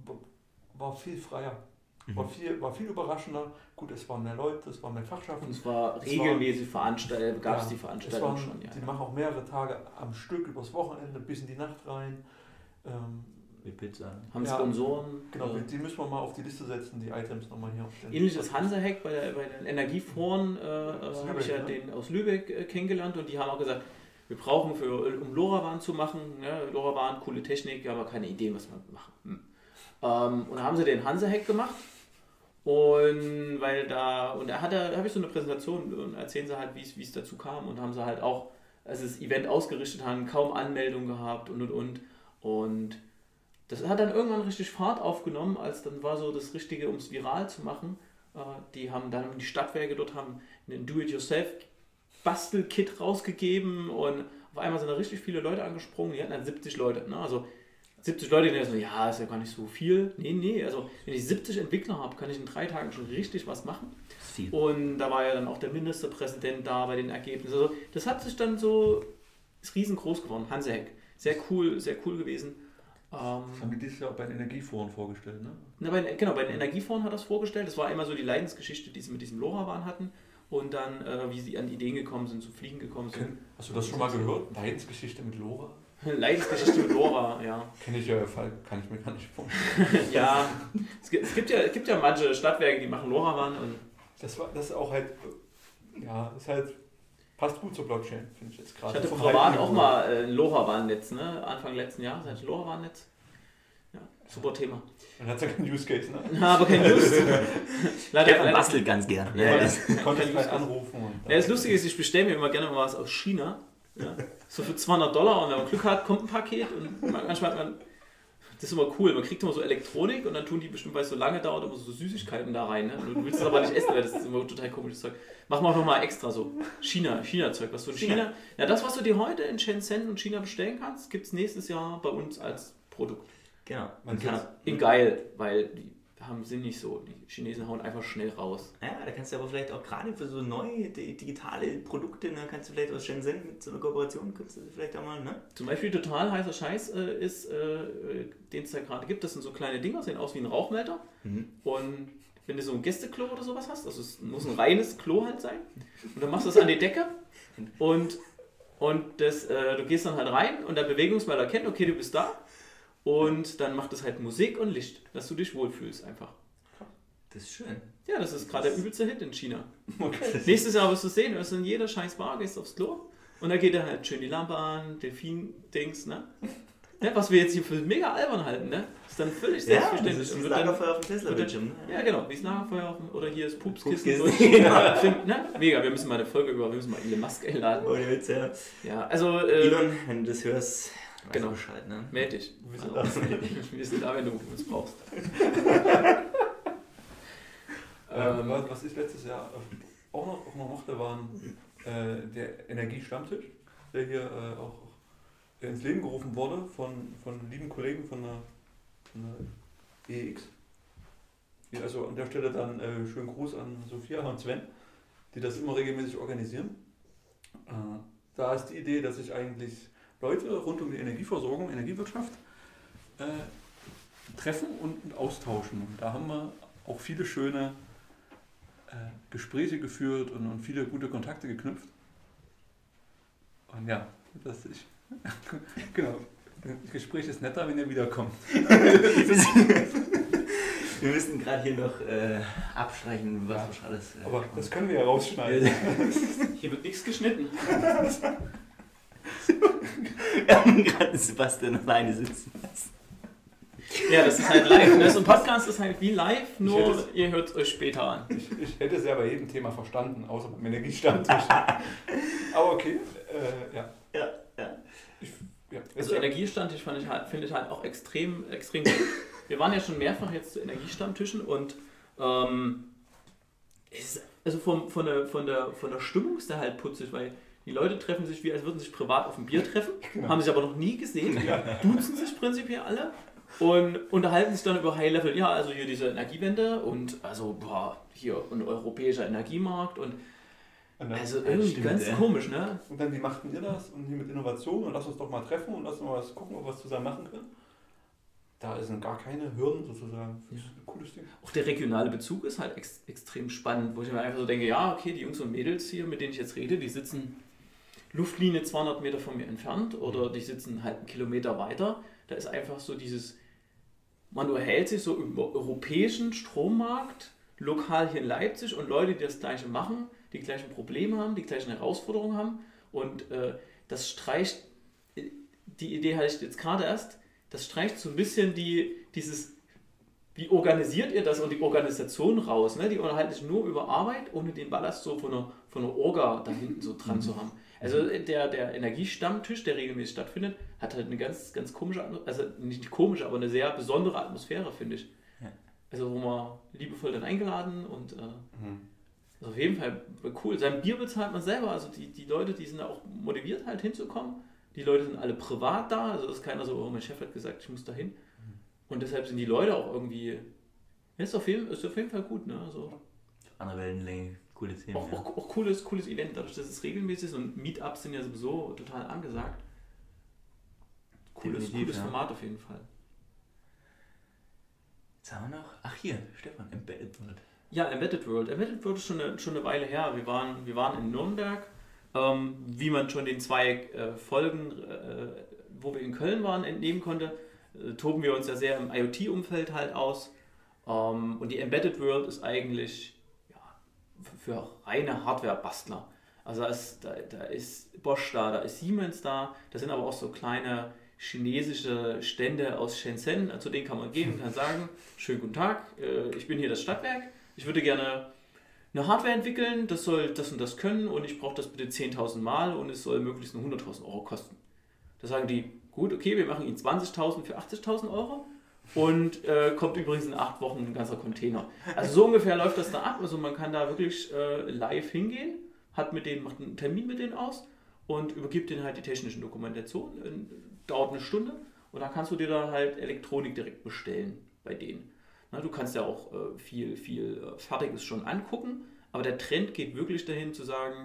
war viel freier. War viel, war viel überraschender. Gut, es waren mehr Leute, es waren mehr Fachschaften. Und es war regelmäßig Veranstaltet, gab es ja, die Veranstaltung waren, schon. Ja. Die machen auch mehrere Tage am Stück, übers Wochenende, bis in die Nacht rein. Ähm, Mit Pizza. Haben ja, Sponsoren. Genau, äh, die müssen wir mal auf die Liste setzen, die Items nochmal hier aufstellen. Ähnliches Hansa-Hack bei, der, bei den Energieforen äh, habe ich ja ne? den aus Lübeck äh, kennengelernt und die haben auch gesagt, wir brauchen für, um LoRaWAN zu machen, ne? LoRaWAN, coole Technik, wir haben aber keine Ideen, was wir machen. Hm. Ähm, und dann haben sie den Hansa-Hack gemacht. Und weil da, und da hat er, habe ich so eine Präsentation und erzählen sie halt, wie es dazu kam und haben sie halt auch, als sie das Event ausgerichtet haben, kaum Anmeldungen gehabt und und und. Und das hat dann irgendwann richtig Fahrt aufgenommen, als dann war so das Richtige, um es viral zu machen. Äh, die haben dann die Stadtwerke dort haben einen Do-it-yourself-Bastel-Kit rausgegeben und auf einmal sind da richtig viele Leute angesprungen. Die hatten dann siebzig Leute. Ne? Also siebzig Leute, die sagen so, ja, ist ja gar nicht so viel. Nee, nee, also wenn ich siebzig Entwickler habe, kann ich in drei Tagen schon richtig was machen. Das ist viel. Und da war ja dann auch der Ministerpräsident da bei den Ergebnissen. Also das hat sich dann so, ist riesengroß geworden. Hanse Heck. Sehr cool, sehr cool gewesen. Das haben wir dieses Jahr auch bei den Energieforen vorgestellt, ne? Na, bei, genau, bei den Energieforen hat er das vorgestellt. Das war immer so die Leidensgeschichte, die sie mit diesem LoRaWAN hatten. Und dann, äh, wie sie an Ideen gekommen sind, zu Fliegen gekommen sind. Ken, hast du das schon mal gehört? Leidensgeschichte mit LoRa? Leidensgeschichte mit LoRa, ja. Kenne ich ja, kann ich mir gar nicht vorstellen. Ja, es gibt, es, gibt ja, es gibt ja manche Stadtwerke, die machen LoRaWAN. Und das war das ist auch halt, ja, ist halt, passt gut zur Blockchain, finde ich jetzt gerade. Ich hatte privat auch mal ein LoRaWAN-Netz, ne? Anfang letzten Jahres hatte ich ein LoRaWAN-Netz. Ja, super Thema. Dann hat es ja keinen Use Case, ne? Na, aber kein Use. Leider, Stefan bastelt ganz gern. Ja, das konnte ich mal anrufen. Und ja, das Lustige ist, ich bestelle mir immer gerne mal was aus China. Ja? So für zweihundert Dollar und wenn man Glück hat, kommt ein Paket und manchmal hat man, das ist immer cool, man kriegt immer so Elektronik und dann tun die bestimmt, weil es so lange dauert, immer so Süßigkeiten da rein. Ne? Und du willst es aber nicht essen, weil das ist immer total komisches Zeug. Machen wir auch nochmal extra so China, China-Zeug. Was du in China. China, ja das, was du dir heute in Shenzhen und China bestellen kannst, gibt es nächstes Jahr bei uns als Produkt. Genau. Man kann in geil, weil die haben sind nicht so. Die Chinesen hauen einfach schnell raus. Ja, da kannst du aber vielleicht auch gerade für so neue digitale Produkte, ne, kannst du vielleicht aus Shenzhen mit so einer Kooperation, kannst du vielleicht auch mal, ne? Zum Beispiel total heißer Scheiß äh, ist, äh, den es da gerade gibt, das sind so kleine Dinger, sehen aus wie ein Rauchmelder. Mhm. Und wenn du so ein Gästeklo oder sowas hast, also es muss ein reines Klo halt sein, und dann machst du das an die Decke und, und das, äh, du gehst dann halt rein und der Bewegungsmelder erkennt, okay, du bist da. Und dann macht es halt Musik und Licht, dass du dich wohlfühlst einfach. Das ist schön. Ja, das ist gerade der übelste Hit in China. Okay. Nächstes Jahr wirst du sehen, wirst du in jeder scheiß Bar, gehst aufs Klo und da geht da halt schön die Lampe an, Delfin-Dings, ne? Ja, was wir jetzt hier für mega albern halten, ne? Das ist dann völlig selbstverständlich. Ja, das ist wie das Lagerfeuer auf dem Tesla-Bildschirm. Ne? Ja, genau, wie das Lagerfeuer auf dem, oder hier ist Pupskissen. Pupskissen. Ja. Ne? Mega, wir müssen mal eine Folge über, wir müssen mal Elon Musk einladen. Ohne Witz, ja. Ja, also... Äh, Elon, wenn du das hörst... Genau, Bescheid, ne? Meld dich. Wir sind, also, wir sind da, wenn du uns brauchst. ähm, was ich letztes Jahr auch noch, auch noch mochte, waren äh, der Energiestammtisch, der hier äh, auch ins Leben gerufen wurde von, von lieben Kollegen von der, von der E X. Hier also an der Stelle dann äh, schönen Gruß an Sophia und Sven, die das immer regelmäßig organisieren. Äh, da ist die Idee, dass ich eigentlich Leute rund um die Energieversorgung, Energiewirtschaft äh, treffen und austauschen. Und da haben wir auch viele schöne äh, Gespräche geführt und, und viele gute Kontakte geknüpft. Und ja, das ist genau. Das Gespräch ist netter, wenn ihr wiederkommt. Wir müssen gerade hier noch äh, abstreichen, was ja, alles. Äh, aber das können wir ja rausschneiden. Hier wird nichts geschnitten. Wir haben gerade Sebastian alleine sitzen lassen. Ja, das ist halt live. Ne? So ein Podcast ist halt wie live, nur ihr hört es euch später an. Ich, ich hätte es ja bei jedem Thema verstanden, außer beim Energiestammtisch. Aber okay, äh, ja. Ja, ja. Ich, ja. Also Energiestammtisch finde ich, halt, find ich halt auch extrem, extrem gut. Wir waren ja schon mehrfach jetzt zu Energiestammtischen und ähm, ist, also vom, von, der, von, der, von der Stimmung ist der halt putzig, weil die Leute treffen sich, wie als würden sie sich privat auf ein Bier treffen, genau. Haben sich aber noch nie gesehen, ja. Duzen sich prinzipiell alle und unterhalten sich dann über High-Level, ja, also hier diese Energiewende und also boah, hier ein europäischer Energiemarkt und dann, also irgendwie stimmt, ganz ja. komisch, ne? Und dann, wie machten ihr das? Und hier mit Innovation und lass uns doch mal treffen und lass uns mal was gucken, ob wir was zusammen machen können. Da sind gar keine Hürden sozusagen. Das ist ein cooles Ding. Auch der regionale Bezug ist halt ex- extrem spannend, wo ich mir einfach so denke, ja, okay, die Jungs und Mädels hier, mit denen ich jetzt rede, die sitzen Luftlinie zweihundert Meter von mir entfernt oder die sitzen halt einen Kilometer weiter. Da ist einfach so dieses, man unterhält sich so über europäischen Strommarkt, lokal hier in Leipzig und Leute, die das Gleiche machen, die gleichen Probleme haben, die gleichen Herausforderungen haben und äh, das streicht, die Idee hatte ich jetzt gerade erst, das streicht so ein bisschen die, dieses, wie organisiert ihr das und die Organisation raus, ne? Die unterhalten sich nur über Arbeit, ohne den Ballast so von einer, von einer Orga da hinten so dran zu haben. Also der, der Energiestammtisch, der regelmäßig stattfindet, hat halt eine ganz, ganz komische, also nicht komische, aber eine sehr besondere Atmosphäre, finde ich. Ja. Also wo man liebevoll dann eingeladen und äh, Mhm. also auf jeden Fall cool. Sein Bier bezahlt man selber, also die, die Leute, die sind da auch motiviert halt hinzukommen. Die Leute sind alle privat da, also das ist keiner so, oh, mein Chef hat gesagt, ich muss da hin. Und deshalb sind die Leute auch irgendwie, ist auf jeden, ist auf jeden Fall gut, ne? Also An der Wellenlänge, coole Themen. auch, ja. auch, auch cooles, cooles Event, dadurch, dass es regelmäßig ist und Meetups sind ja sowieso total angesagt. Cooles, Definitiv, cooles ja. Format auf jeden Fall. Jetzt haben wir noch, ach hier, Stefan, Embedded World. Ja, Embedded World. Embedded World ist schon eine, schon eine Weile her. Wir waren, wir waren in Nürnberg. Ähm, wie man schon den zwei äh, Folgen, äh, wo wir in Köln waren, entnehmen konnte, äh, toben wir uns ja sehr im IoT-Umfeld halt aus. Ähm, und die Embedded World ist eigentlich ja, f- für reine Hardware-Bastler. Also da ist, da, da ist Bosch da, da ist Siemens da, da sind aber auch so kleine chinesische Stände aus Shenzhen, zu denen kann man gehen und kann sagen, schönen guten Tag, äh, ich bin hier das Stadtwerk, ich würde gerne eine Hardware entwickeln, das soll das und das können und ich brauche das bitte zehntausend Mal und es soll möglichst nur hunderttausend Euro kosten. Da sagen die, gut, okay, wir machen Ihnen zwanzigtausend für achtzigtausend Euro und äh, kommt übrigens in acht Wochen ein ganzer Container. Also so ungefähr läuft das da ab, also man kann da wirklich äh, live hingehen, hat mit denen, macht einen Termin mit denen aus und übergibt denen halt die technischen Dokumentationen, äh, dauert eine Stunde und dann kannst du dir da halt Elektronik direkt bestellen bei denen. Na, du kannst ja auch äh, viel, viel äh, Fertiges schon angucken, aber der Trend geht wirklich dahin zu sagen,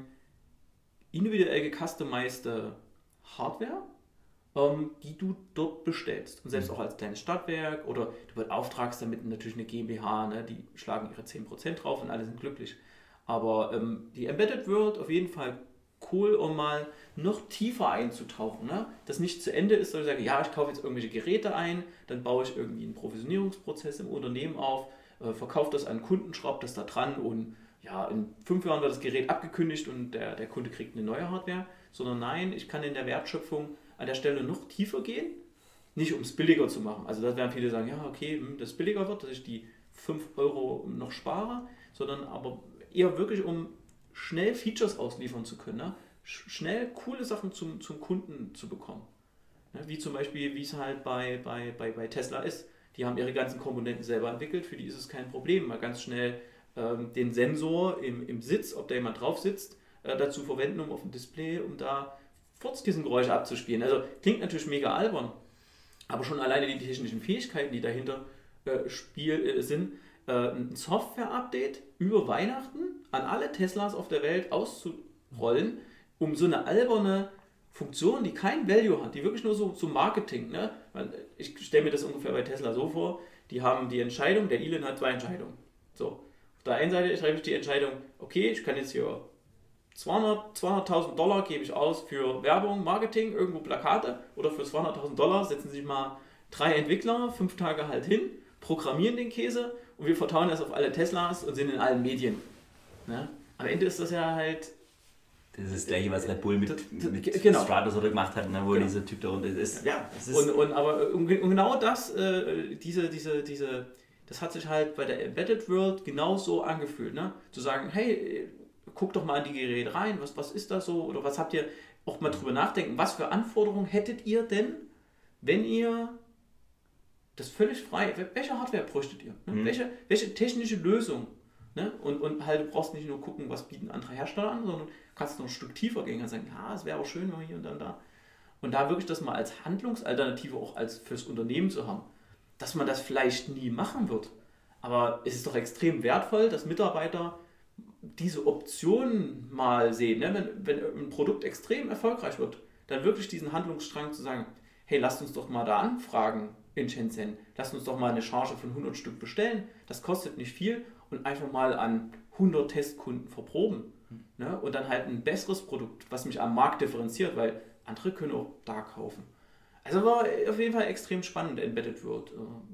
individuell gecustomized Hardware, ähm, die du dort bestellst. Und selbst auch als kleines Stadtwerk oder du beauftragst damit natürlich eine GmbH, ne, die schlagen ihre zehn Prozent drauf und alle sind glücklich. Aber ähm, die Embedded World auf jeden Fall cool, um mal noch tiefer einzutauchen. Ne? Das nicht zu Ende ist, sondern ich sage, ja, ich kaufe jetzt irgendwelche Geräte ein, dann baue ich irgendwie einen Provisionierungsprozess im Unternehmen auf, äh, verkaufe das an Kunden, schraube das da dran und ja, in fünf Jahren wird das Gerät abgekündigt und der, der Kunde kriegt eine neue Hardware, sondern nein, ich kann in der Wertschöpfung an der Stelle noch tiefer gehen, nicht um es billiger zu machen. Also da werden viele sagen, ja, okay, dass es billiger wird, dass ich die fünf Euro noch spare, sondern aber eher wirklich um schnell Features ausliefern zu können, ne? Schnell coole Sachen zum, zum Kunden zu bekommen. Ne? Wie zum Beispiel, wie es halt bei, bei, bei, bei Tesla ist. Die haben ihre ganzen Komponenten selber entwickelt, für die ist es kein Problem, mal ganz schnell ähm, den Sensor im, im Sitz, ob da jemand drauf sitzt, äh, dazu verwenden, um auf dem Display, um da Furzkissengeräusche abzuspielen. Also klingt natürlich mega albern, aber schon alleine die technischen Fähigkeiten, die dahinter äh, Spiel äh, sind, ein Software-Update über Weihnachten an alle Teslas auf der Welt auszurollen, um so eine alberne Funktion, die kein Value hat, die wirklich nur so, so Marketing, ne? Ich stelle mir das ungefähr bei Tesla so vor, die haben die Entscheidung, der Elon hat zwei Entscheidungen. So, auf der einen Seite schreibe ich die Entscheidung, okay, ich kann jetzt hier zweihundert, zweihunderttausend Dollar gebe ich aus für Werbung, Marketing, irgendwo Plakate oder für zweihunderttausend Dollar setzen sich mal drei Entwickler fünf Tage halt hin, programmieren den Käse und wir vertrauen das auf alle Teslas und sind in allen Medien. Ne? Am Ende ist das ja halt... Das ist das gleiche, was Red Bull mit, das, das, mit genau. Stratos oder gemacht hat, ne, wo Genau. dieser Typ darunter ist. Ja, das ist und, und, aber und genau das, äh, diese, diese, diese, das hat sich halt bei der Embedded World genauso angefühlt. Ne? Zu sagen, hey, guck doch mal in die Geräte rein, was, was ist da so? Oder was habt ihr, auch mal drüber nachdenken, was für Anforderungen hättet ihr denn, wenn ihr... Das ist völlig frei. Welche Hardware bräuchtet ihr? Ne? Mhm. Welche, welche technische Lösung? Ne? Und, und halt, du brauchst nicht nur gucken, was bieten andere Hersteller an, sondern kannst noch ein Stück tiefer gehen und sagen, ja, es wäre auch schön, wenn wir hier und dann da. Und da wirklich das mal als Handlungsalternative auch als fürs Unternehmen zu haben, dass man das vielleicht nie machen wird. Aber es ist doch extrem wertvoll, dass Mitarbeiter diese Optionen mal sehen. Ne? Wenn, wenn ein Produkt extrem erfolgreich wird, dann wirklich diesen Handlungsstrang zu sagen, hey, lasst uns doch mal da anfragen in Shenzhen. Lasst uns doch mal eine Charge von hundert Stück bestellen. Das kostet nicht viel und einfach mal an hundert Testkunden verproben. Mhm. Ne? Und dann halt ein besseres Produkt, was mich am Markt differenziert, weil andere können auch da kaufen. Also war auf jeden Fall extrem spannend, Embedded World.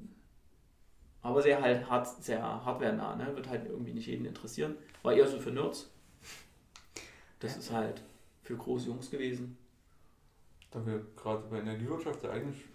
Aber sehr halt hart, sehr hardware-nah. Ne? Wird halt irgendwie nicht jeden interessieren. War eher so für Nerds. Das ist halt für große Jungs gewesen. Da wir gerade bei Energiewirtschaft ja eigentlich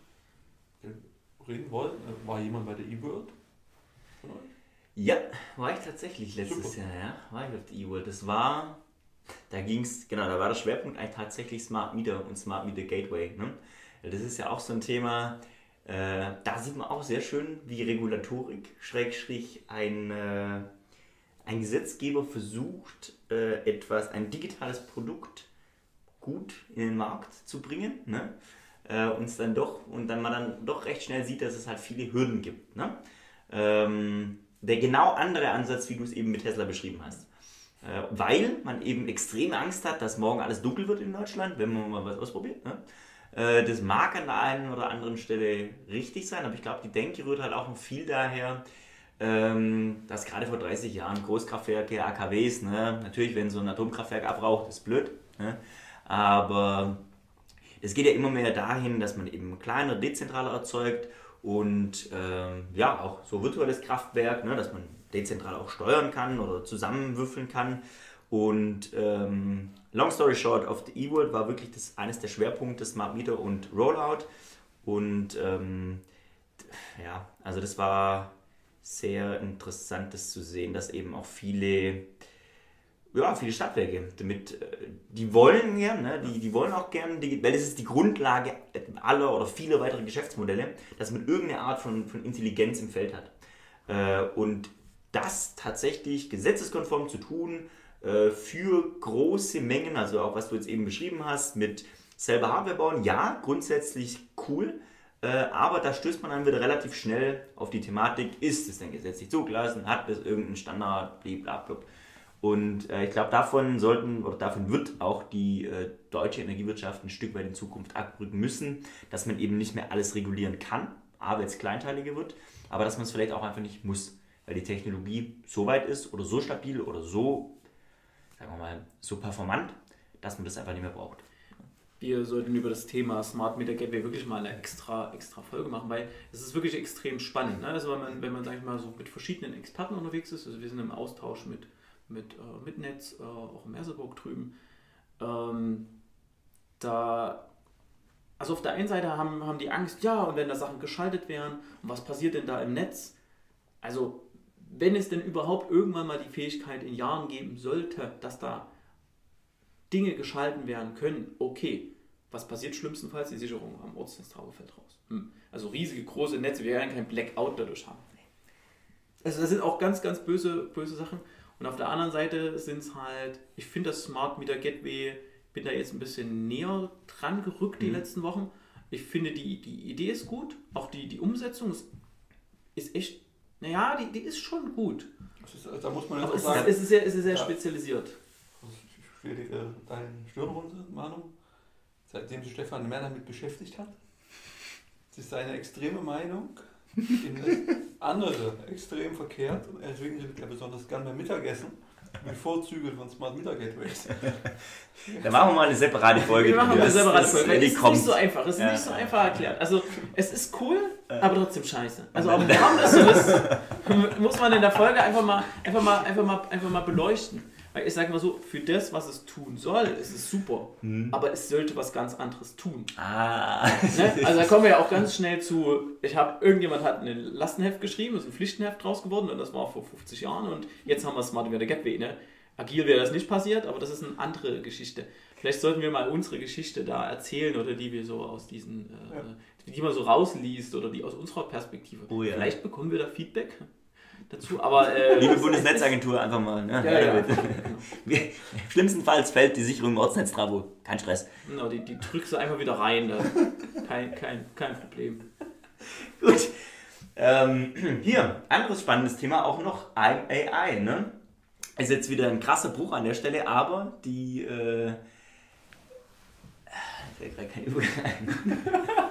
reden wollten, war jemand bei der eWorld von euch? Ja, war ich tatsächlich letztes Super. Jahr, ja, war ich auf der eWorld. Das war, da ging es, genau, da war der Schwerpunkt eigentlich tatsächlich Smart Meter und Smart Meter Gateway. Ne? Das ist ja auch so ein Thema, Äh, da sieht man auch sehr schön, wie Regulatorik, Schrägstrich, ein, äh, ein Gesetzgeber versucht, äh, etwas, ein digitales Produkt gut in den Markt zu bringen, ne? Äh, uns dann doch, und dann man dann doch recht schnell sieht, dass es halt viele Hürden gibt. Ne? Ähm, der genau andere Ansatz, wie du es eben mit Tesla beschrieben hast. Äh, weil man eben extrem Angst hat, dass morgen alles dunkel wird in Deutschland, wenn man mal was ausprobiert. Ne? Äh, das mag an der einen oder anderen Stelle richtig sein, aber ich glaube, die Denke rührt halt auch noch viel daher, ähm, dass gerade vor dreißig Jahren Großkraftwerke, A K Ws, ne? Natürlich, wenn so ein Atomkraftwerk abraucht, ist blöd, ne? Aber es geht ja immer mehr dahin, dass man eben kleiner, dezentraler erzeugt und ähm, ja, auch so virtuelles Kraftwerk, ne, dass man dezentral auch steuern kann oder zusammenwürfeln kann. Und ähm, long story short, auf der eWorld war wirklich das, eines der Schwerpunkte Smart Meter und Rollout. Und ähm, ja, also das war sehr interessant, das zu sehen, dass eben auch viele Ja, viele Stadtwerke. Damit, die wollen gern, ne? die, die wollen auch gern, die, weil das ist die Grundlage aller oder vieler weiterer Geschäftsmodelle, dass man irgendeine Art von, von Intelligenz im Feld hat. Äh, und das tatsächlich gesetzeskonform zu tun, äh, für große Mengen, also auch was du jetzt eben beschrieben hast, mit selber Hardware bauen, ja, grundsätzlich cool, äh, aber da stößt man dann wieder relativ schnell auf die Thematik, ist es denn gesetzlich zugelassen, hat es irgendeinen Standard, blablabla. Und äh, ich glaube, davon sollten oder davon wird auch die äh, deutsche Energiewirtschaft ein Stück weit in Zukunft abrücken müssen, dass man eben nicht mehr alles regulieren kann, A, weil es kleinteiliger wird, aber dass man es vielleicht auch einfach nicht muss, weil die Technologie so weit ist oder so stabil oder so, sagen wir mal, so performant, dass man das einfach nicht mehr braucht. Wir sollten über das Thema Smart Meter Gateway wirklich mal eine extra, extra Folge machen, weil es ist wirklich extrem spannend. Ne? Also wenn man, wenn man sag ich mal, so mit verschiedenen Experten unterwegs ist, also wir sind im Austausch mit mit äh, Mitnetz, äh, auch in Merseburg drüben. Ähm, da, also auf der einen Seite haben, haben die Angst, ja, und wenn da Sachen geschaltet werden, und was passiert denn da im Netz? Also, wenn es denn überhaupt irgendwann mal die Fähigkeit in Jahren geben sollte, dass da Dinge geschalten werden können, okay, was passiert schlimmstenfalls? Die Sicherung am Ortsnetztower fällt raus. Hm. Also riesige, große Netze, wir werden kein Blackout dadurch haben. Also das sind auch ganz, ganz böse, böse Sachen. Und auf der anderen Seite sind es halt, ich finde das Smart Meter Gateway, bin da jetzt ein bisschen näher dran gerückt die mhm. letzten Wochen. Ich finde die, die Idee ist gut, auch die, die Umsetzung ist, ist echt, naja, die, die ist schon gut. Ist, da muss man jetzt Aber es, sagen, ist, es ist sehr, es ist sehr ja, spezialisiert. Ich will äh, deine Stirnrunde, Meinung, seitdem sich Stefan mehr damit beschäftigt hat, das ist seine extreme Meinung. In das andere extrem verkehrt und deswegen redet er besonders gern beim Mittagessen mit Vorzügen von Smart Meter Gateways. Da machen wir mal eine separate Folge. Wir machen eine separate Folge. Es ist kommt. nicht so einfach, es ist ja. nicht so einfach erklärt. Also es ist cool, aber trotzdem scheiße. Also warum das so ist, muss man in der Folge einfach mal, einfach mal, einfach mal, einfach mal beleuchten. Weil ich sage mal so, für das, was es tun soll, ist es super. Hm. Aber es sollte was ganz anderes tun. Ah. Ne? Also da kommen wir ja auch ganz schnell zu, ich habe, irgendjemand hat ein Lastenheft geschrieben, ist ein Pflichtenheft draus geworden und das war vor fünfzig Jahren und jetzt haben wir Smart Meter Gateway. Ne? Agil wäre das nicht passiert, aber das ist eine andere Geschichte. Vielleicht sollten wir mal unsere Geschichte da erzählen oder die wir so aus diesen, äh, ja. die man so rausliest oder die aus unserer Perspektive. Oh ja. Vielleicht bekommen wir da Feedback dazu, aber... Äh, Liebe Bundesnetzagentur, einfach mal. Ne? Ja, ja, genau. Schlimmstenfalls fällt die Sicherung im Ortsnetz-Travo. Kein Stress. Genau, die, die drückst du einfach wieder rein. Da. Kein, kein, kein Problem. Gut. Ähm, hier, anderes spannendes Thema, auch noch I'm A I. Ne? Ist jetzt wieder ein krasser Bruch an der Stelle, aber die... Äh, ich will gerade kein Übergang.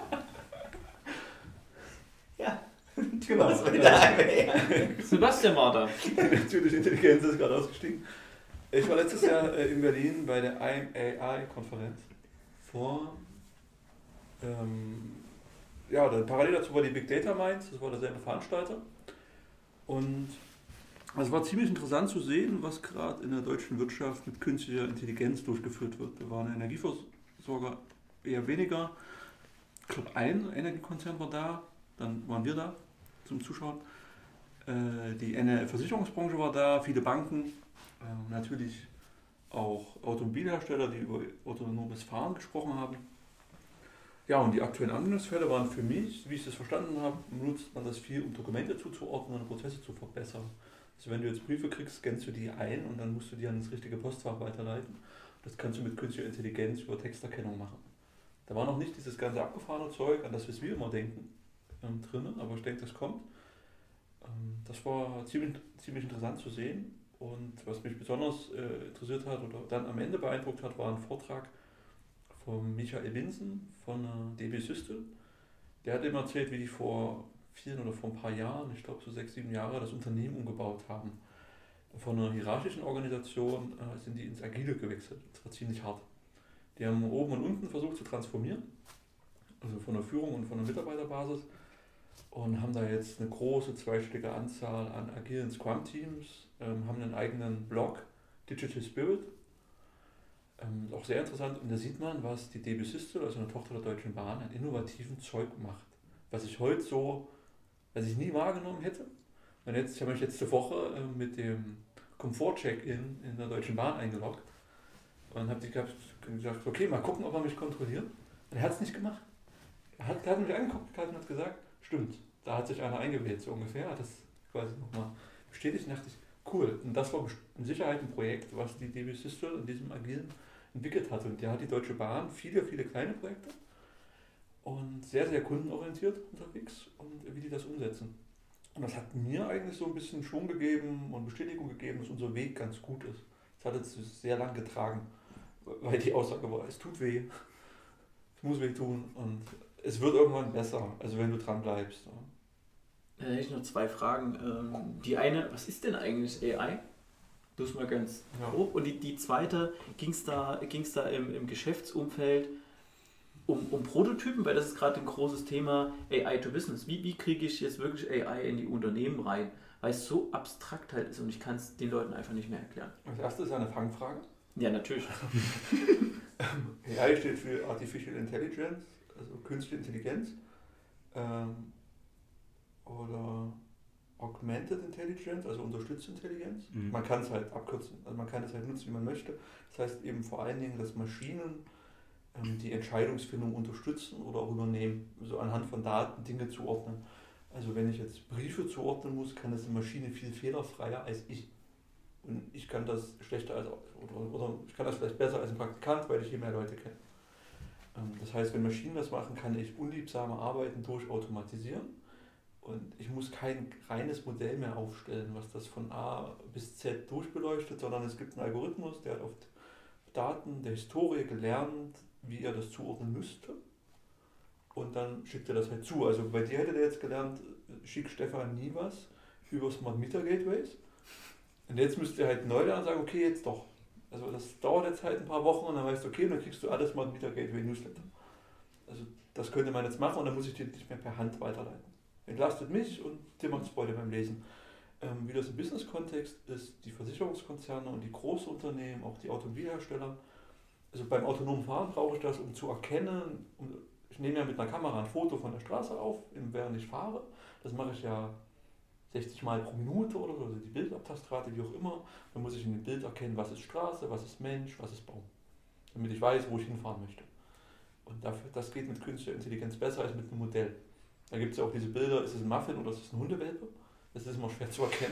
Ja. Genau. Sebastian war da. Natürlich, Intelligenz ist gerade ausgestiegen. Ich war letztes Jahr äh, in Berlin bei der I'm A I-Konferenz. Vor, ähm, ja, dann parallel dazu war die Big Data Minds, das war derselbe Veranstalter. Und es war ziemlich interessant zu sehen, was gerade in der deutschen Wirtschaft mit künstlicher Intelligenz durchgeführt wird. Da waren Energieversorger eher weniger. Ich glaube, ein Energiekonzern war da, dann waren wir da zum Zuschauen. Äh, die Versicherungsbranche war da, viele Banken, äh, natürlich auch Automobilhersteller, die über autonomes Fahren gesprochen haben. Ja, und die aktuellen Anwendungsfälle waren für mich, wie ich das verstanden habe, nutzt man das viel, um Dokumente zuzuordnen und Prozesse zu verbessern. Also wenn du jetzt Briefe kriegst, scannst du die ein und dann musst du die an das richtige Postfach weiterleiten. Das kannst du mit künstlicher Intelligenz über Texterkennung machen. Da war noch nicht dieses ganze abgefahrene Zeug, an das wir immer denken, ähm, drin, aber ich denke, das kommt. Ähm, das war ziemlich, ziemlich interessant zu sehen und was mich besonders äh, interessiert hat oder dann am Ende beeindruckt hat, war ein Vortrag von Michael Winsen von äh, D B System. Der hat immer erzählt, wie die vor vielen oder vor ein paar Jahren, ich glaube so sechs, sieben Jahre, das Unternehmen umgebaut haben. Von einer hierarchischen Organisation äh, sind die ins Agile gewechselt. Das war ziemlich hart. Die haben oben und unten versucht zu transformieren, also von der Führung und von der Mitarbeiterbasis, und haben da jetzt eine große zweistellige Anzahl an agilen Scrum-Teams, ähm, haben einen eigenen Blog, Digital Spirit. Ähm, auch sehr interessant, und da sieht man, was die D B System, also eine Tochter der Deutschen Bahn, an innovativen Zeug macht. Was ich heute so, was ich nie wahrgenommen hätte. Und jetzt, ich habe mich letzte Woche äh, mit dem Komfort-Check-In in der Deutschen Bahn eingeloggt und habe gesagt, okay, mal gucken, ob er mich kontrolliert. Und er hat es nicht gemacht. Er hat, er hat mich angeguckt und hat gesagt, stimmt, da hat sich einer eingewählt, so ungefähr. Hat das quasi nochmal bestätigt und dachte ich, cool. Und das war in Sicherheit ein Projekt, was die D B System in diesem Agilen entwickelt hat. Und da hat die Deutsche Bahn viele, viele kleine Projekte und sehr, sehr kundenorientiert unterwegs und wie die das umsetzen. Und das hat mir eigentlich so ein bisschen Schwung gegeben und Bestätigung gegeben, dass unser Weg ganz gut ist. Das hat jetzt sehr lang getragen, weil die Aussage war, es tut weh, es muss weh tun und es wird irgendwann besser, also wenn du dran bleibst. Da hätte ich noch zwei Fragen. Die eine, was ist denn eigentlich A I? Bloß mal ganz grob. Und die, die zweite, ging es da, ging's da im, im Geschäftsumfeld um, um Prototypen? Weil das ist gerade ein großes Thema, A I to Business. Wie, wie kriege ich jetzt wirklich A I in die Unternehmen rein? Weil es so abstrakt halt ist und ich kann es den Leuten einfach nicht mehr erklären. Das erste ist eine Fangfrage. Ja, natürlich. A I steht für Artificial Intelligence, also künstliche Intelligenz. Ähm, oder Augmented Intelligence, also unterstützte Intelligenz. Mhm. Man kann es halt abkürzen, also man kann es halt nutzen, wie man möchte. Das heißt eben vor allen Dingen, dass Maschinen ähm, die Entscheidungsfindung unterstützen oder auch übernehmen, so anhand von Daten Dinge zuordnen. Also wenn ich jetzt Briefe zuordnen muss, kann das eine Maschine viel fehlerfreier als ich. Und ich kann das schlechter als, oder, oder ich kann das vielleicht besser als ein Praktikant, weil ich hier mehr Leute kenne. Ähm, das heißt, wenn Maschinen das machen, kann ich unliebsame Arbeiten durchautomatisieren. Und ich muss kein reines Modell mehr aufstellen, was das von A bis Z durchbeleuchtet, sondern es gibt einen Algorithmus, der hat auf Daten der Historie gelernt, wie er das zuordnen müsste. Und dann schickt er das halt zu. Also bei dir hätte der jetzt gelernt, schickt Stefan nie was über Smart Meter Gateways. Und jetzt müsst ihr halt neu lernen und sagen, okay, jetzt doch. Also das dauert jetzt halt ein paar Wochen und dann weißt du, okay, dann kriegst du alles Smart Meter Gateway Newsletter. Also das könnte man jetzt machen und dann muss ich dir nicht mehr per Hand weiterleiten. Entlastet mich und dir macht es Freude beim Lesen. Ähm, wie das im Business-Kontext ist, die Versicherungskonzerne und die großen Unternehmen, auch die Automobilhersteller. Also beim autonomen Fahren brauche ich das, um zu erkennen, um, ich nehme ja mit einer Kamera ein Foto von der Straße auf, während ich fahre. Das mache ich ja sechzig Mal pro Minute oder so, also die Bildabtastrate, wie auch immer. Dann muss ich in dem Bild erkennen, was ist Straße, was ist Mensch, was ist Baum. Damit ich weiß, wo ich hinfahren möchte. Und dafür, das geht mit künstlicher Intelligenz besser als mit einem Modell. Da gibt es ja auch diese Bilder, ist es ein Muffin oder ist es ein Hundewelpe? Das ist immer schwer zu erkennen.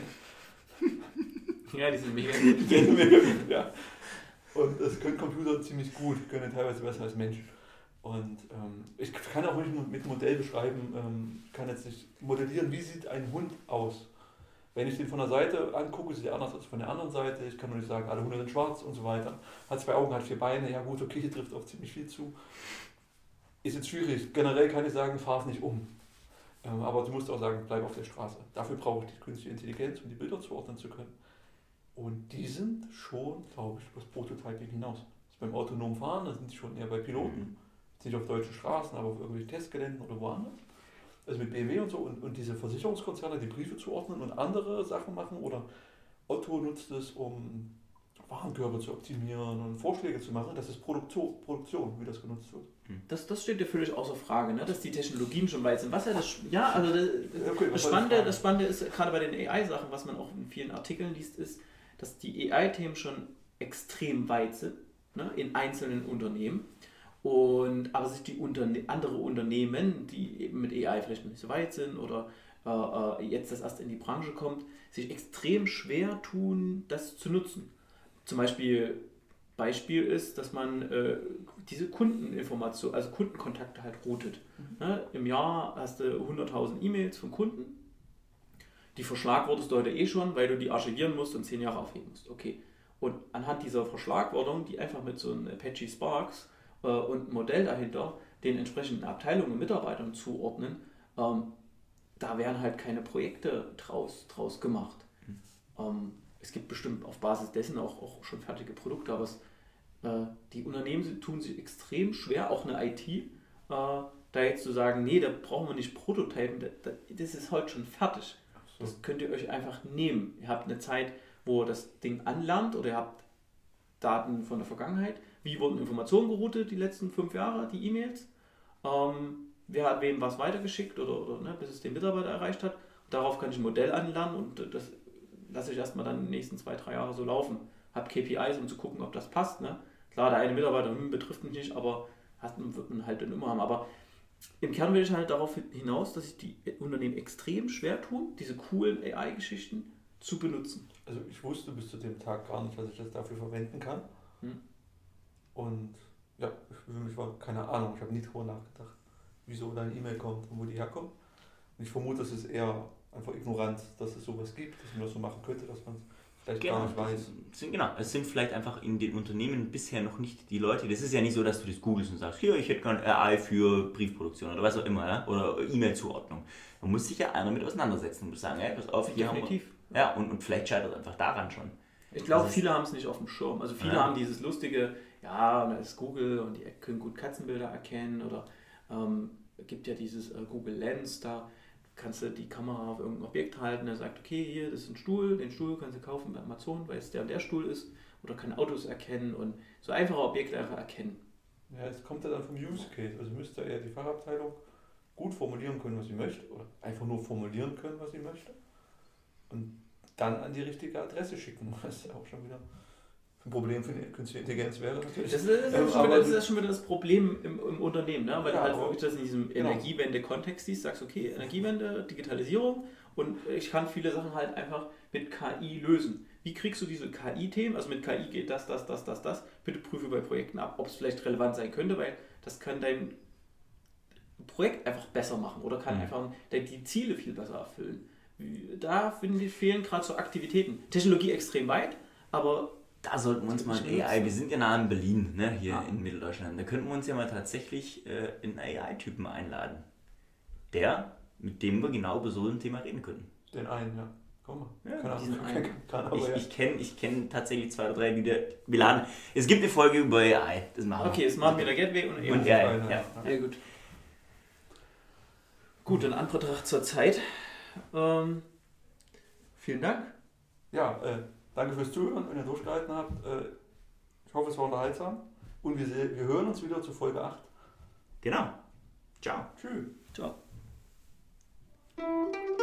Ja, die sind mega gut. Ja. Und das können Computer ziemlich gut, können teilweise besser als Menschen. Und ähm, ich kann auch nicht mit einem Modell beschreiben, ähm, kann jetzt nicht modellieren, wie sieht ein Hund aus. Wenn ich den von der Seite angucke, sieht er anders als von der anderen Seite. Ich kann nur nicht sagen, alle Hunde sind schwarz und so weiter. Hat zwei Augen, hat vier Beine. Ja gut, okay, hier trifft auf ziemlich viel zu. Ist jetzt schwierig. Generell kann ich sagen, fahr es nicht um. Ähm, aber du musst auch sagen, bleib auf der Straße. Dafür brauche ich die künstliche Intelligenz, um die Bilder zuordnen zu können. Und die sind schon, glaube ich, über das Prototyping hinaus. Also beim autonomen Fahren, da sind die schon eher bei Piloten. Mhm. Nicht auf deutschen Straßen, aber auf irgendwelchen Testgeländen oder woanders. Also mit B M W und so. Und, und diese Versicherungskonzerne, die Briefe zuordnen und andere Sachen machen. Oder Otto nutzt es, um Warenkörbe zu optimieren und Vorschläge zu machen. Das ist Produktion, Produktion wie das genutzt wird. Das, das steht ja völlig außer Frage, ne? Dass die Technologien schon weit sind. Was ja das, ja, also das, okay, das, Spannende, das Spannende ist, gerade bei den A I-Sachen, was man auch in vielen Artikeln liest, ist, dass die A I-Themen schon extrem weit sind, ne? In einzelnen Unternehmen. Und, aber sich die Unterne- andere Unternehmen, die eben mit A I vielleicht noch nicht so weit sind oder äh, jetzt das erst in die Branche kommt, sich extrem schwer tun, das zu nutzen. Zum Beispiel, Beispiel ist, dass man äh, diese Kundeninformation, also Kundenkontakte halt routet. Mhm. Ne? Im Jahr hast du hunderttausend E-Mails von Kunden, die verschlagwortest du heute eh schon, weil du die archivieren musst und zehn Jahre aufheben musst. Okay. Und anhand dieser Verschlagwortung, die einfach mit so einem Apache Sparks äh, und ein Modell dahinter den entsprechenden Abteilungen und Mitarbeitern zuordnen, ähm, da werden halt keine Projekte draus, draus gemacht. Mhm. Ähm, es gibt bestimmt auf Basis dessen auch, auch schon fertige Produkte, aber es, äh, die Unternehmen tun sich extrem schwer, auch eine I T, äh, da jetzt zu sagen, nee, da brauchen wir nicht prototypen, das, das ist heute schon fertig. So. Das könnt ihr euch einfach nehmen. Ihr habt eine Zeit, wo ihr das Ding anlernt oder ihr habt Daten von der Vergangenheit. Wie wurden Informationen geroutet die letzten fünf Jahre, die E-Mails? Ähm, wer hat wem was weitergeschickt oder, oder ne, bis es den Mitarbeiter erreicht hat. Darauf kann ich ein Modell anlernen und das lasse ich erstmal dann die nächsten zwei, drei Jahre so laufen. Habe K P Is, um zu gucken, ob das passt. Ne? Klar, der eine Mitarbeiter hm, betrifft mich nicht, aber hat, wird man halt dann immer haben. Aber im Kern will ich halt darauf hinaus, dass sich die Unternehmen extrem schwer tun, diese coolen A I-Geschichten zu benutzen. Also ich wusste bis zu dem Tag gar nicht, dass ich das dafür verwenden kann. Hm. Und ja, für mich war keine Ahnung, ich habe nie darüber nachgedacht, wieso da eine E-Mail kommt und wo die herkommt. Und ich vermute, es ist eher einfach Ignoranz, dass es sowas gibt, dass man das so machen könnte, dass man es vielleicht genau, gar nicht weiß. Sind, genau, es sind vielleicht einfach in den Unternehmen bisher noch nicht die Leute. Das ist ja nicht so, dass du das googelst und sagst, hier, ich hätte gerne A I für Briefproduktion oder was auch immer, ja? Oder E-Mail-Zuordnung. Man muss sich ja einer mit auseinandersetzen und muss sagen, hey, pass auf, hier Definitiv. haben wir... Ja, und, und vielleicht scheitert es einfach daran schon. Ich glaube, viele haben es nicht auf dem Schirm. Also viele ja. haben dieses lustige, ja, da ist Google und die können gut Katzenbilder erkennen oder ähm, gibt ja dieses äh, Google Lens, da kannst du die Kamera auf irgendein Objekt halten, der sagt, okay, hier, das ist ein Stuhl, den Stuhl kannst du kaufen bei Amazon, weil es der und der Stuhl ist, oder kann Autos erkennen und so einfache Objekte einfach erkennen. Ja, es kommt ja dann vom Use Case, also müsste ja die Fachabteilung gut formulieren können, was sie möchte, oder einfach nur formulieren können, was sie möchte und dann an die richtige Adresse schicken, was ja auch schon wieder ein Problem für die künstliche Intelligenz wäre natürlich. Das ist, das ist, ähm, schon, wieder, das ist schon wieder das Problem im, im Unternehmen, ne? Weil ja, du halt wirklich das in diesem genau. Energiewende-Kontext siehst, sagst, okay, Energiewende, Digitalisierung und ich kann viele Sachen halt einfach mit K I lösen. Wie kriegst du diese K I-Themen, also mit K I geht das, das, das, das, das, bitte prüfe bei Projekten ab, ob es vielleicht relevant sein könnte, weil das kann dein Projekt einfach besser machen oder kann mhm. einfach die Ziele viel besser erfüllen. Da finde ich, fehlen gerade so Aktivitäten. Technologie extrem weit, aber da sollten wir uns mal ein A I, wir sind ja nah in Berlin, ne, hier ja. in Mitteldeutschland, da könnten wir uns ja mal tatsächlich äh, einen A I-Typen einladen, der, mit dem wir genau über so ein Thema reden können. Den einen, ja. Komm mal. Ja, kann diesen auch, einen. Kann, kann, ich ja. ich kenne ich kenn tatsächlich zwei oder drei, die der, wir laden. Es gibt eine Folge über A I, das machen wir. Okay, das machen wir der Gateway und, und A I. Ja, ja. Ja. ja, gut. Gut, in Anbetracht zur Zeit. Ähm, vielen Dank. Ja, äh, danke fürs Zuhören, wenn ihr durchgehalten habt. Äh, ich hoffe, es war unterhaltsam. Und wir, wir hören uns wieder zu Folge acht. Genau. Ciao. Tschüss. Ciao.